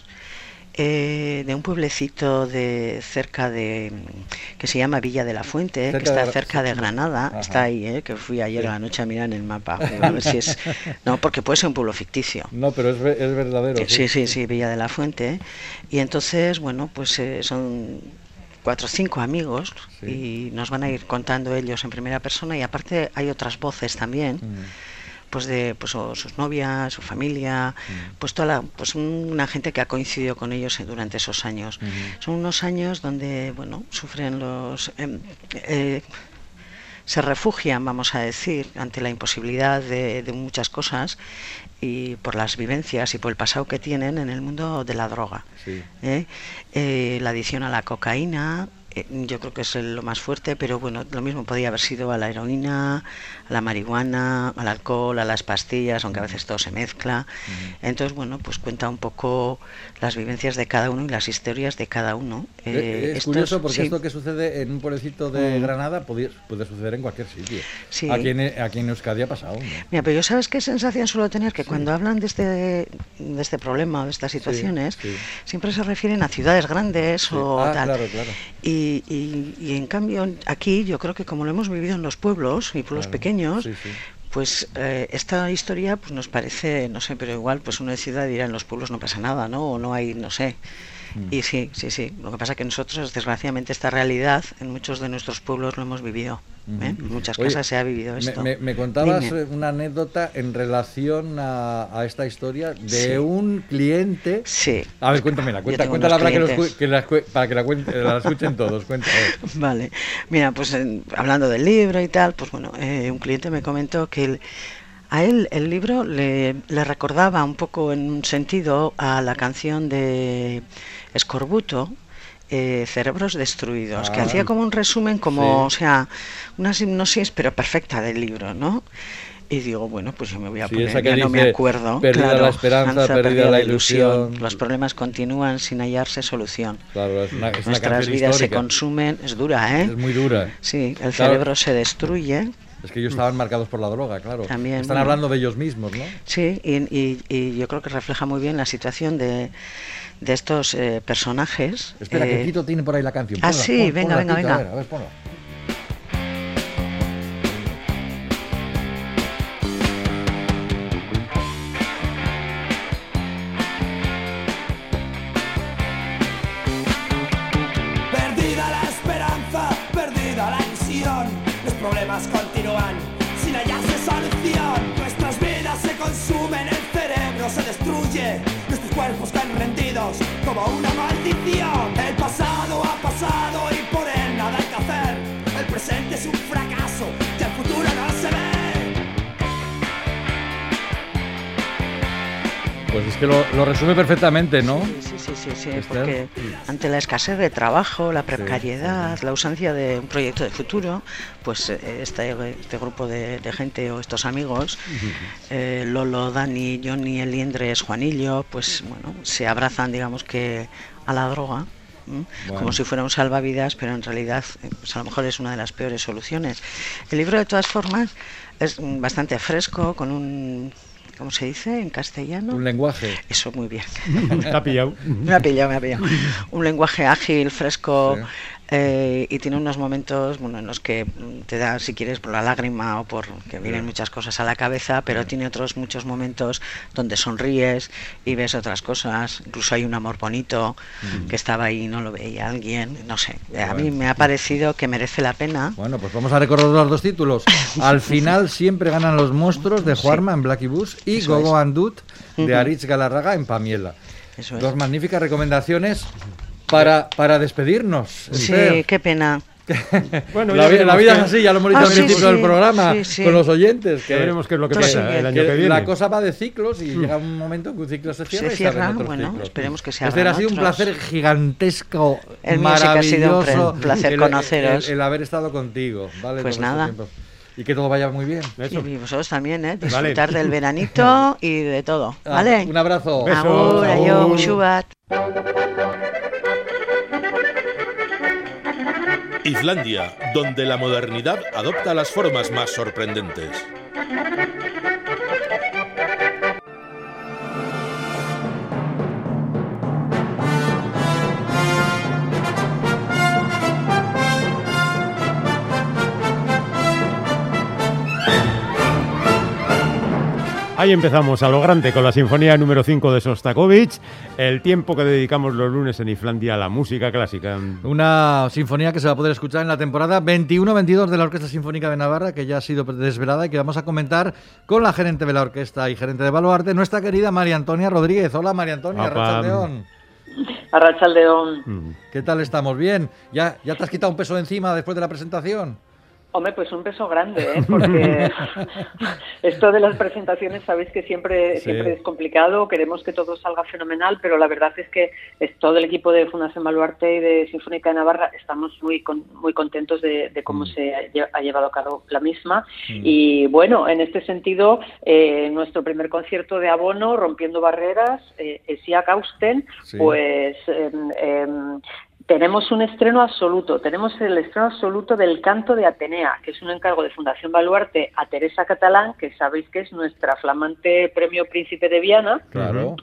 eh, de un pueblecito de cerca de que se llama Villa de la Fuente, Cerca que está de- cerca de Granada. Ajá. Está ahí, eh, que fui ayer Sí. a la noche a mirar en el mapa, digo, a ver si es, no, porque puede ser un pueblo ficticio. No, pero es, ve- es verdadero. Que- Sí, sí, sí, Villa de la Fuente. Y entonces, bueno, pues eh, son cuatro o cinco amigos Sí. y nos van a ir contando ellos en primera persona y aparte hay otras voces también, Mm. pues de pues o sus novias, su familia, Mm. pues toda la, pues una gente que ha coincidido con ellos eh, durante esos años. Ujú. Son unos años donde, bueno, sufren los em, eh, se refugian, vamos a decir, ante la imposibilidad de, de muchas cosas y por las vivencias y por el pasado que tienen en el mundo de la droga. Sí. ¿eh? Eh, la adicción a la cocaína, eh, yo creo que es lo más fuerte, pero bueno, lo mismo podía haber sido a la heroína, a la marihuana, al alcohol, a las pastillas, aunque a veces todo se mezcla. Mm. Entonces, bueno, pues cuenta un poco las vivencias de cada uno y las historias de cada uno. Eh, es curioso porque sí. Esto que sucede en un pueblecito de mm. Granada puede, puede suceder en cualquier sitio. Sí. Aquí, en, aquí en Euskadi ha pasado, ¿no? Mira, pero yo sabes qué sensación suelo tener, que sí. cuando hablan de este, de este problema o de estas situaciones, sí, sí. siempre se refieren a ciudades grandes sí. o ah, tal. Claro, claro. Y, y, y en cambio aquí yo creo que como lo hemos vivido en los pueblos y pueblos claro. pequeños, sí, sí. pues eh, esta historia pues nos parece, no sé, pero igual pues uno de ciudad dirá en los pueblos no pasa nada, ¿no? O no hay, no sé. Y sí, sí, sí. Lo que pasa es que nosotros, desgraciadamente, esta realidad en muchos de nuestros pueblos lo hemos vivido. ¿eh? En muchas Oye, casas se ha vivido esto. Me, me, me contabas Dime. una anécdota en relación a, a esta historia de sí. un cliente. Sí. A ver, cuéntamela, cuenta, cuéntala para que, los, que la, para que la, cuente, la escuchen todos. Cuéntame. Vale. Mira, pues en, hablando del libro y tal, pues bueno, eh, un cliente me comentó que el, a él el libro le, le recordaba un poco en un sentido a la canción de Escorbuto, eh, Cerebros Destruidos, ah, que hacía como un resumen, como, sí. o sea, una hipnosis pero perfecta del libro, ¿no? Y digo, bueno, pues yo me voy a sí, poner, esa que ya dice, no me acuerdo. Perdida claro, la esperanza, perdida, perdida la ilusión. ilusión. Los problemas continúan sin hallarse solución. Claro, es una, es Nuestras vidas histórica. se consumen, es dura, ¿eh? Es muy dura. Sí, el claro. cerebro se destruye. Es que ellos estaban marcados por la droga, claro. También, Están bueno, hablando de ellos mismos, ¿no? Sí, y, y, y yo creo que refleja muy bien la situación de, de estos eh, personajes. Espera, eh, que Tito tiene por ahí la canción. Ah, ponla, sí, pon, venga, ponla, venga, Tito, venga. A ver, a ver, ponla. Perdida la esperanza, perdida la ilusión. Los problemas continúan sin hallarse solución. Nuestras vidas se consumen, el cerebro se destruye. Nuestros cuerpos caen rendidos como una maldición. El pasado ha pasado y por él nada hay que hacer. El presente es un fracaso y el futuro no se ve. Pues es que lo, lo resume perfectamente, ¿no? Sí, sí, sí, sí, sí porque ante la escasez de trabajo, la precariedad, la ausencia de un proyecto de futuro, pues este, este grupo de, de gente o estos amigos, eh, Lolo, Dani, Johnny, Eliendres, Juanillo, pues bueno, se abrazan, digamos que a la droga. ¿Mm? Bueno. Como si fuera un salvavidas, pero en realidad pues a lo mejor es una de las peores soluciones. El libro, de todas formas, es bastante fresco, con un... ¿cómo se dice en castellano? Un lenguaje. Eso, muy bien. Me ha pillado. Me ha pillado, me ha pillado. Un lenguaje ágil, fresco, sí. eh, y tiene unos momentos, bueno, en los que te da, si quieres, por la lágrima o por que vienen sí. muchas cosas a la cabeza, pero sí. tiene otros muchos momentos donde sonríes y ves otras cosas. Incluso hay un amor bonito mm. que estaba ahí y no lo veía alguien. No sé, bueno. a mí me ha parecido que merece la pena. Bueno, pues vamos a recordar los dos títulos. Al final siempre ganan los monstruos, de Juarma sí. en Blacky Bus, y Eso Gogo es. Andut de uh-huh. Aritz Galarraga en Pamiela. Eso Dos es. magníficas recomendaciones para, para despedirnos. Sí, Esther. Qué pena. Bueno, la, vida, la vida que... es así, ya lo hemos dicho ah, al principio sí, del programa sí, sí. con los oyentes. Que ya veremos qué es lo que pasa sí, el año que, que viene. La cosa va de ciclos y mm. llega un momento en que un ciclo se cierra se y cierra, se abren bueno, ciclos. esperemos que se abran Este ha sido otros. un placer gigantesco, el maravilloso. Sí que ha sido un placer el, conoceros. El, el, el haber estado contigo. ¿Vale? Pues nada. Y que todo vaya muy bien. Eso. Y vosotros también, ¿eh? Disfrutar vale. del veranito y de todo. ¿Vale? Ah, un abrazo. Besos. Agur, agur, Shubat. Islandia, donde la modernidad adopta las formas más sorprendentes. Ahí empezamos a lo grande con la sinfonía número cinco de Sostakovich, el tiempo que dedicamos los lunes en Islandia a la música clásica. Una sinfonía que se va a poder escuchar en la temporada veintiuno veintidós de la Orquesta Sinfónica de Navarra, que ya ha sido desvelada y que vamos a comentar con la gerente de la orquesta y gerente de Baluarte, nuestra querida María Antonia Rodríguez. Hola María Antonia, Arratsaldeón. Arratsaldeón. ¿Qué tal estamos? ¿Bien? ¿Ya, ¿Ya te has quitado un peso de encima después de la presentación? Hombre, pues un beso grande, ¿eh? Porque esto de las presentaciones sabéis que siempre, Sí. siempre es complicado, queremos que todo salga fenomenal, pero la verdad es que es todo el equipo de Fundación Baluarte y de Sinfónica de Navarra estamos muy con, muy contentos de, de cómo Mm. se ha, lle- ha llevado a cabo la misma. Mm. Y bueno, en este sentido, eh, nuestro primer concierto de abono, Rompiendo Barreras, eh, Esia Causten, Sí. pues... em, em, tenemos un estreno absoluto, tenemos el estreno absoluto del Canto de Atenea, que es un encargo de Fundación Baluarte a Teresa Catalán, que sabéis que es nuestra flamante Premio Príncipe de Viana, Claro.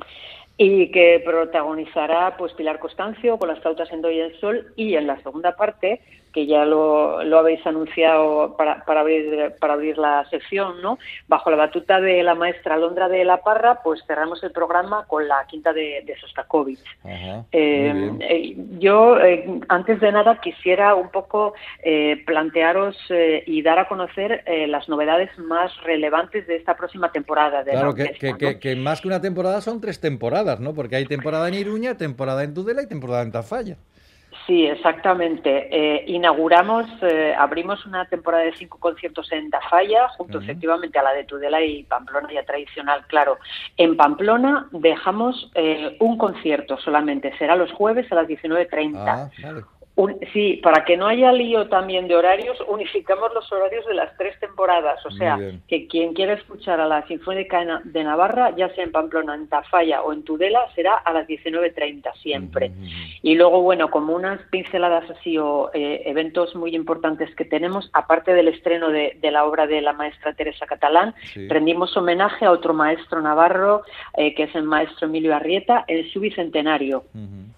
y que protagonizará pues Pilar Constancio con las flautas en do y en sol, y en la segunda parte, que ya lo, lo habéis anunciado para, para, abrir, para abrir la sección, ¿no? Bajo la batuta de la maestra Alondra de la Parra, pues cerramos el programa con la quinta de, de Sostakovich. Ajá. Eh, Muy bien. eh, yo, eh, antes de nada, quisiera un poco eh, plantearos eh, y dar a conocer eh, las novedades más relevantes de esta próxima temporada de Claro, la que, orquesta, que, ¿no? que, que más que una temporada son tres temporadas, ¿no? Porque hay temporada en Iruña, temporada en Tudela y temporada en Tafalla. Sí, exactamente. Eh, inauguramos, eh, abrimos una temporada de cinco conciertos en Tafalla, junto Ujú. efectivamente a la de Tudela y Pamplona, ya tradicional, claro. En Pamplona dejamos eh, un concierto solamente, será los jueves a las diecinueve treinta. Ah, vale. Un- sí, para que no haya lío también de horarios, unificamos los horarios de las tres temporadas. O Muy sea, bien. que quien quiera escuchar a la Sinfónica de Na- de Navarra, ya sea en Pamplona, en Tafalla o en Tudela, será a las diecinueve treinta siempre. Ujú, ujú. Y luego, bueno, como unas pinceladas así o eh, eventos muy importantes que tenemos, aparte del estreno de, de la obra de la maestra Teresa Catalán, Sí. rendimos homenaje a otro maestro navarro, eh, que es el maestro Emilio Arrieta, en su bicentenario. Ujú.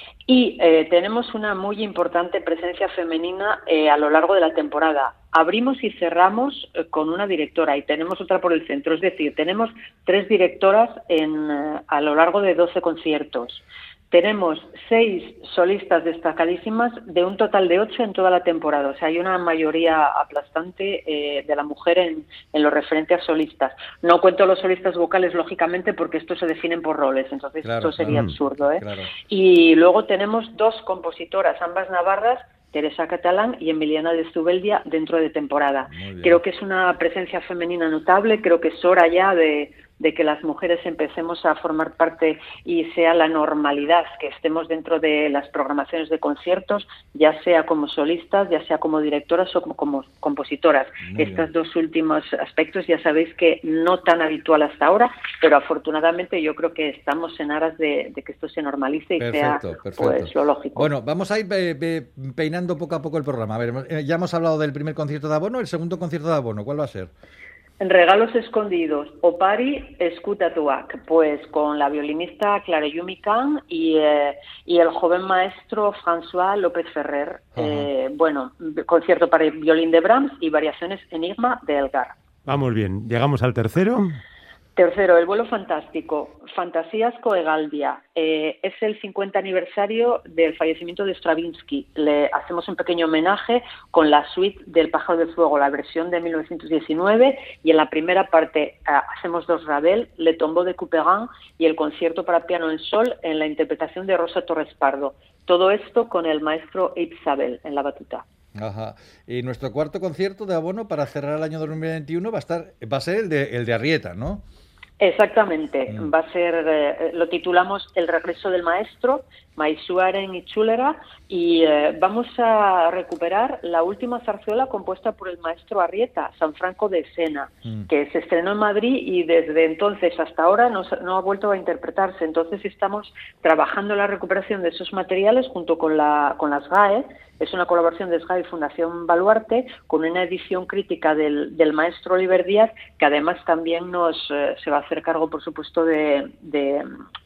Y eh, tenemos una muy importante presencia femenina eh, a lo largo de la temporada. Abrimos y cerramos eh, con una directora y tenemos otra por el centro. Es decir, tenemos tres directoras en, eh, a lo largo de doce conciertos. Tenemos seis solistas destacadísimas de un total de ocho en toda la temporada. O sea, hay una mayoría aplastante eh, de la mujer en, en lo referente a solistas. No cuento los solistas vocales, lógicamente, porque estos se definen por roles. Entonces, Claro, esto sería claro. absurdo, ¿eh? Claro. Y luego tenemos dos compositoras, ambas navarras, Teresa Catalán y Emiliana de Zubeldia, dentro de temporada. Muy bien. Creo que es una presencia femenina notable, creo que es hora ya de, de que las mujeres empecemos a formar parte y sea la normalidad, que estemos dentro de las programaciones de conciertos, ya sea como solistas, ya sea como directoras o como, como compositoras. Muy Estos bien. dos últimos aspectos ya sabéis que no tan habitual hasta ahora, pero afortunadamente yo creo que estamos en aras de, de que esto se normalice y Perfecto, sea perfecto. pues lo lógico. Bueno, vamos a ir eh, eh, peinando poco a poco el programa. A ver, eh, ya hemos hablado del primer concierto de abono, el segundo concierto de abono, ¿cuál va a ser? En Regalos escondidos, Opari Escutatuak, pues con la violinista Clara Yumi Khan y, eh, y el joven maestro François López Ferrer. Eh, bueno, concierto para violín de Brahms y variaciones Enigma de Elgar. Vamos bien, llegamos al tercero. Tercero, El vuelo fantástico, Fantasías Coegaldia. Eh, es el cincuenta aniversario del fallecimiento de Stravinsky. Le hacemos un pequeño homenaje con la suite del Pájaro de Fuego, la versión de mil novecientos diecinueve, y en la primera parte eh, hacemos dos Ravel, Le Tombeau de Couperin y el concierto para piano en sol en la interpretación de Rosa Torres Pardo. Todo esto con el maestro Ibsabel en la batuta. Ajá. Y nuestro cuarto concierto de abono para cerrar el año dos mil veintiuno va a estar, va a ser el de, el de Arrieta, ¿no? Exactamente, Mm. va a ser, eh, lo titulamos El regreso del maestro, Maisuaren y Chulera, y eh, vamos a recuperar la última zarzuela compuesta por el maestro Arrieta, San Franco de Sena, Mm. que se estrenó en Madrid y desde entonces hasta ahora no, se- no ha vuelto a interpretarse. Entonces estamos trabajando en la recuperación de esos materiales junto con, la, con las G A E. Es una colaboración de S G A E y Fundación Baluarte, con una edición crítica del, del maestro Oliver Díaz, que además también nos eh, se va a hacer cargo, por supuesto, de, de,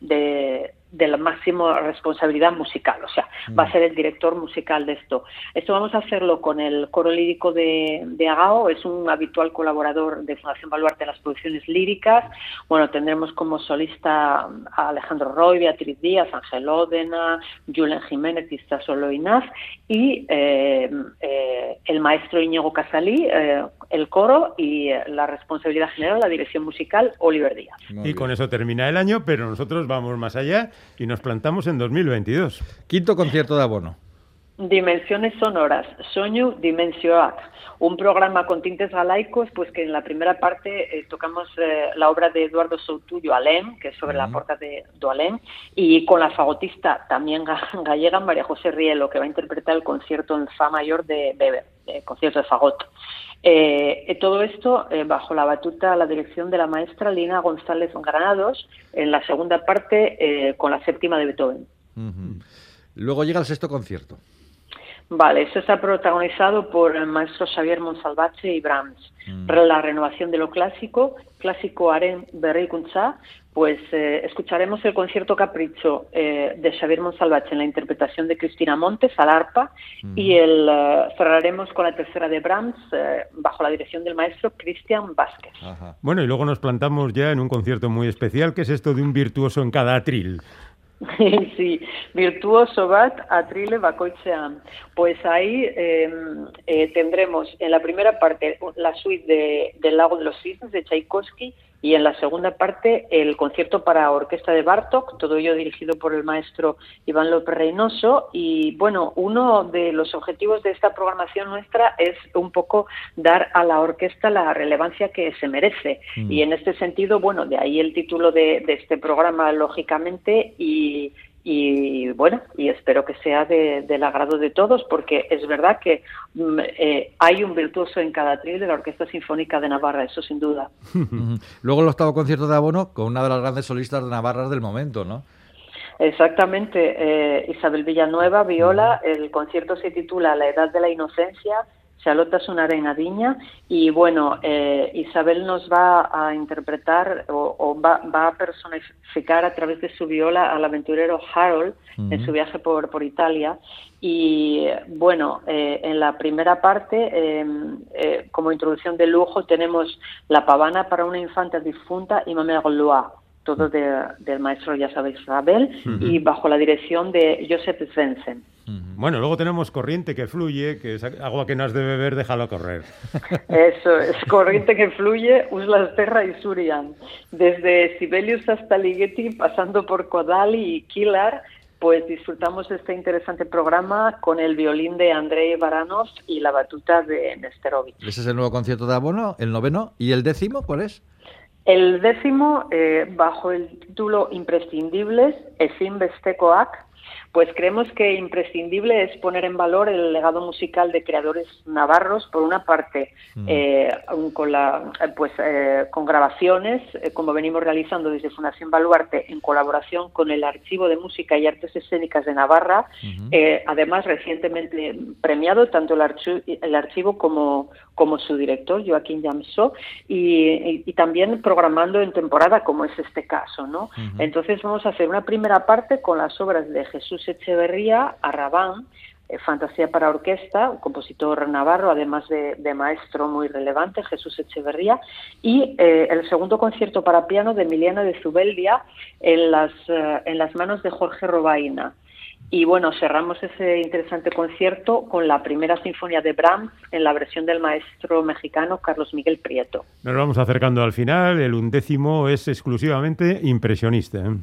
de, de la máxima responsabilidad musical. O sea, va a ser el director musical de esto. Esto vamos a hacerlo con el coro lírico de, de Agao, es un habitual colaborador de Fundación Baluarte en las producciones líricas. Bueno, tendremos como solista a Alejandro Roy, Beatriz Díaz, Ángel Ódena, Julen Jiménez y Stasolo Inaz, y eh, eh, el maestro Íñigo Casalí, eh, el coro, y eh, la responsabilidad general, la dirección musical, Oliver Díaz. Muy Y bien. con eso termina el año, pero nosotros vamos más allá y nos plantamos en dos mil veintidós. Quinto concierto de abono. Dimensiones sonoras, Soñu Dimensioak, un programa con tintes galaicos, pues que en la primera parte eh, tocamos eh, la obra de Eduardo Soutullo, Alem, que es sobre uh-huh. la porta de do Alem, y con la fagotista también gallega María José Rielo, que va a interpretar el concierto en Fa mayor de Weber, el concierto de fagot. Eh, todo esto eh, bajo la batuta, la dirección de la maestra Lina González Granados, en la segunda parte eh, con la séptima de Beethoven. Uh-huh. Luego llega el sexto concierto. Vale, eso está protagonizado por el maestro Xavier Monsalvatge y Brahms. Mm. La renovación de lo clásico, clásico Aren Berrikuntza, pues eh, escucharemos el concierto Capricho eh, de Xavier Monsalvatge en la interpretación de Cristina Montes al arpa mm. y el eh, cerraremos con la tercera de Brahms eh, bajo la dirección del maestro Cristian Vázquez. Ajá. Bueno, y luego nos plantamos ya en un concierto muy especial, que es esto de un virtuoso en cada atril. Sí, virtuoso bat atrile bakoitzean. Pues ahí eh, eh, tendremos en la primera parte la suite de, del Lago de los Cisnes de Tchaikovsky y en la segunda parte el concierto para orquesta de Bartók, todo ello dirigido por el maestro Iván López Reynoso. Y bueno, uno de los objetivos de esta programación nuestra es un poco dar a la orquesta la relevancia que se merece. Mm. Y en este sentido, bueno, de ahí el título de, de este programa, lógicamente, y Y bueno, y espero que sea de, del agrado de todos, porque es verdad que eh, hay un virtuoso en cada atril de la Orquesta Sinfónica de Navarra, eso sin duda. Luego el octavo concierto de Abono con una de las grandes solistas de Navarra del momento, ¿no? Exactamente, eh, Isabel Villanueva, viola, el concierto se titula La Edad de la Inocencia, Charlotte Sunarena Diña, y bueno, eh, Isabel nos va a interpretar o, o va, va a personificar a través de su viola al aventurero Harold uh-huh. en su viaje por, por Italia. Y bueno, eh, en la primera parte, eh, eh, como introducción de lujo, tenemos La Pavana para una infanta difunta y Mamé Gloire, todo de, del maestro, ya sabéis, Ravel, uh-huh. y bajo la dirección de Joseph Svensson. Bueno, luego tenemos Corriente que fluye, que es agua que no has de beber, déjalo correr. Eso es, Corriente que fluye, Uslas Terra y Surian. Desde Sibelius hasta Ligeti, pasando por Kodali y Kilar, pues disfrutamos de este interesante programa con el violín de Andrei Baranov y la batuta de Nesterovich. Ese es el nuevo concierto de Abono, el noveno. ¿Y el décimo cuál es? El décimo, eh, bajo el título Imprescindibles, Ezin Bestekoak, pues creemos que imprescindible es poner en valor el legado musical de creadores navarros, por una parte, mm. eh, con la, pues eh, con grabaciones, eh, como venimos realizando desde Fundación Baluarte, en colaboración con el Archivo de Música y Artes Escénicas de Navarra, mm-hmm. eh, además recientemente premiado tanto el, archi- el archivo como, como su director, Joaquín Llamsó, y, y, y también programando en temporada, como es este caso, ¿no? Mm-hmm. Entonces vamos a hacer una primera parte con las obras de Jesús Echeverría, Arrabán, eh, Fantasía para Orquesta, un compositor navarro, además de, de maestro muy relevante, Jesús Echeverría, y eh, el segundo concierto para piano de Emiliano de Zubeldia en las, eh, en las manos de Jorge Robaina. Y bueno, cerramos ese interesante concierto con la primera sinfonía de Brahms en la versión del maestro mexicano Carlos Miguel Prieto. Nos vamos acercando al final, el undécimo es exclusivamente impresionista, ¿eh?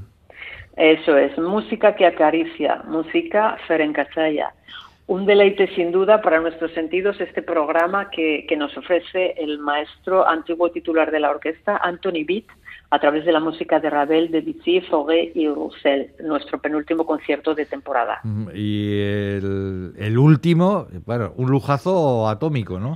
Eso es, música que acaricia, música ferencachaya. Un deleite sin duda para nuestros sentidos este programa que, que nos ofrece el maestro antiguo titular de la orquesta, Anthony Bitt, a través de la música de Ravel, Debussy, Fauré y Roussel, nuestro penúltimo concierto de temporada. Y el, el último, bueno, un lujazo atómico, ¿no?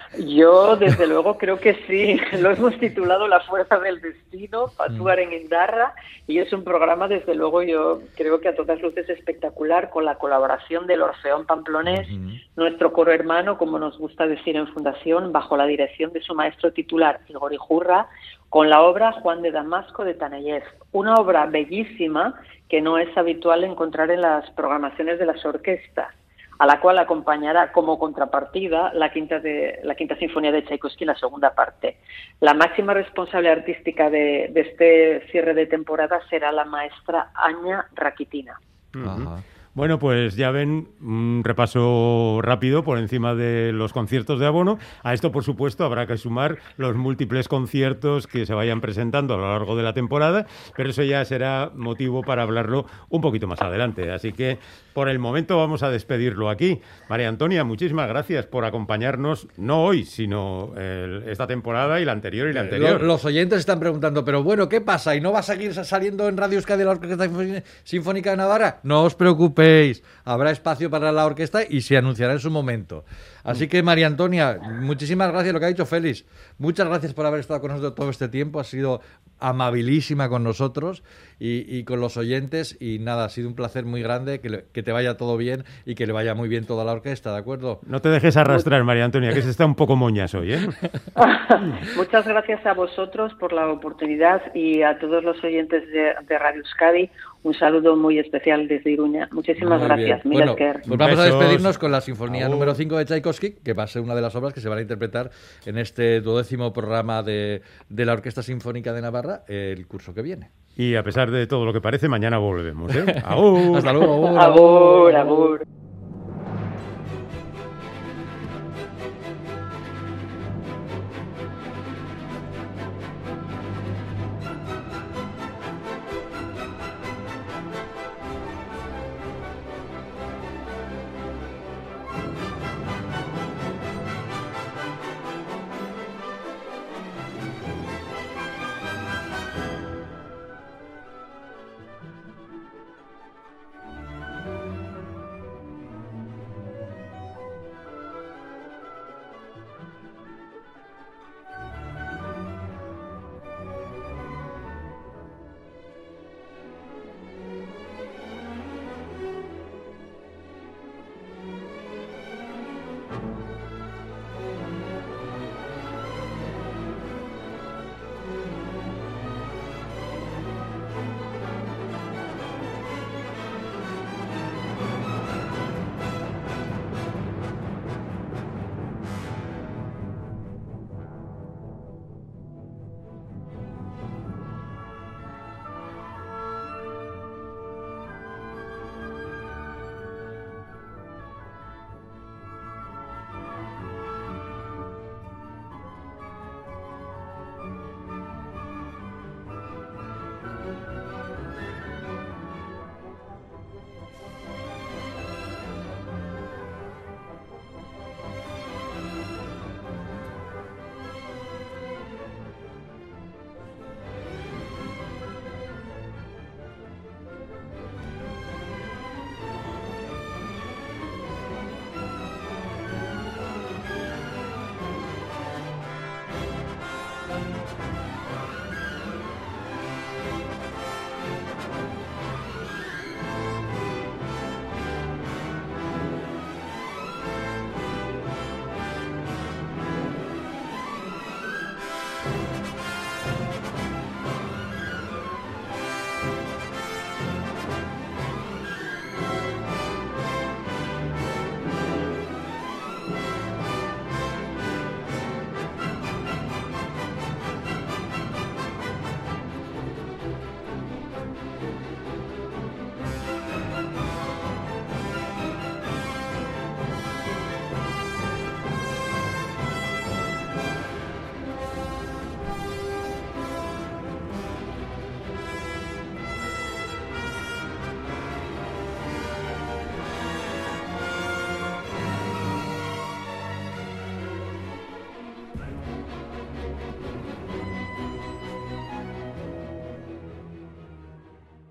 Yo, desde luego, creo que sí. Lo hemos titulado La Fuerza del Destino, Patuaren Indarra, y es un programa, desde luego, yo creo que a todas luces espectacular, con la colaboración del Orfeón Pamplonés, uh-huh. nuestro coro hermano, como nos gusta decir en Fundación, bajo la dirección de su maestro titular, Igor Ijurra, con la obra Juan de Damasco de Taneyev. Una obra bellísima que no es habitual encontrar en las programaciones de las orquestas, a la cual acompañará como contrapartida la quinta, de, la quinta sinfonía de Tchaikovsky, la segunda parte. La máxima responsable artística de, de este cierre de temporada será la maestra Aña Rakitina. Uh-huh. Bueno, pues ya ven, un repaso rápido por encima de los conciertos de abono. A esto, por supuesto, habrá que sumar los múltiples conciertos que se vayan presentando a lo largo de la temporada, pero eso ya será motivo para hablarlo un poquito más adelante. Así que, por el momento, vamos a despedirlo aquí. María Antonia, muchísimas gracias por acompañarnos, no hoy, sino el, esta temporada y la anterior y la anterior. Los, los oyentes están preguntando, pero bueno, ¿qué pasa? ¿Y no va a seguir saliendo en Radio Euskadi la Orquesta Sinfónica de Navarra? No os preocupéis. Habrá espacio para la orquesta y se anunciará en su momento. Así que, María Antonia, muchísimas gracias, lo que ha dicho Félix. Muchas gracias por haber estado con nosotros todo este tiempo. Ha sido amabilísima con nosotros y, y con los oyentes. Y nada, ha sido un placer muy grande, que, le, que te vaya todo bien y que le vaya muy bien toda la orquesta, ¿de acuerdo? No te dejes arrastrar, María Antonia, que se está un poco moñas hoy, ¿eh? Muchas gracias a vosotros por la oportunidad y a todos los oyentes de, de Radio Euskadi. Un saludo muy especial desde Iruña. Muchísimas muy gracias. Bien. Bueno, Kerr. pues vamos Besos. a despedirnos con la Sinfonía Aún. número cinco de Tchaikovsky, que va a ser una de las obras que se van a interpretar en este duodécimo programa de, de la Orquesta Sinfónica de Navarra el curso que viene. Y a pesar de todo lo que parece, mañana volvemos, ¿eh? ¡Aún! Hasta luego. Abur, abur.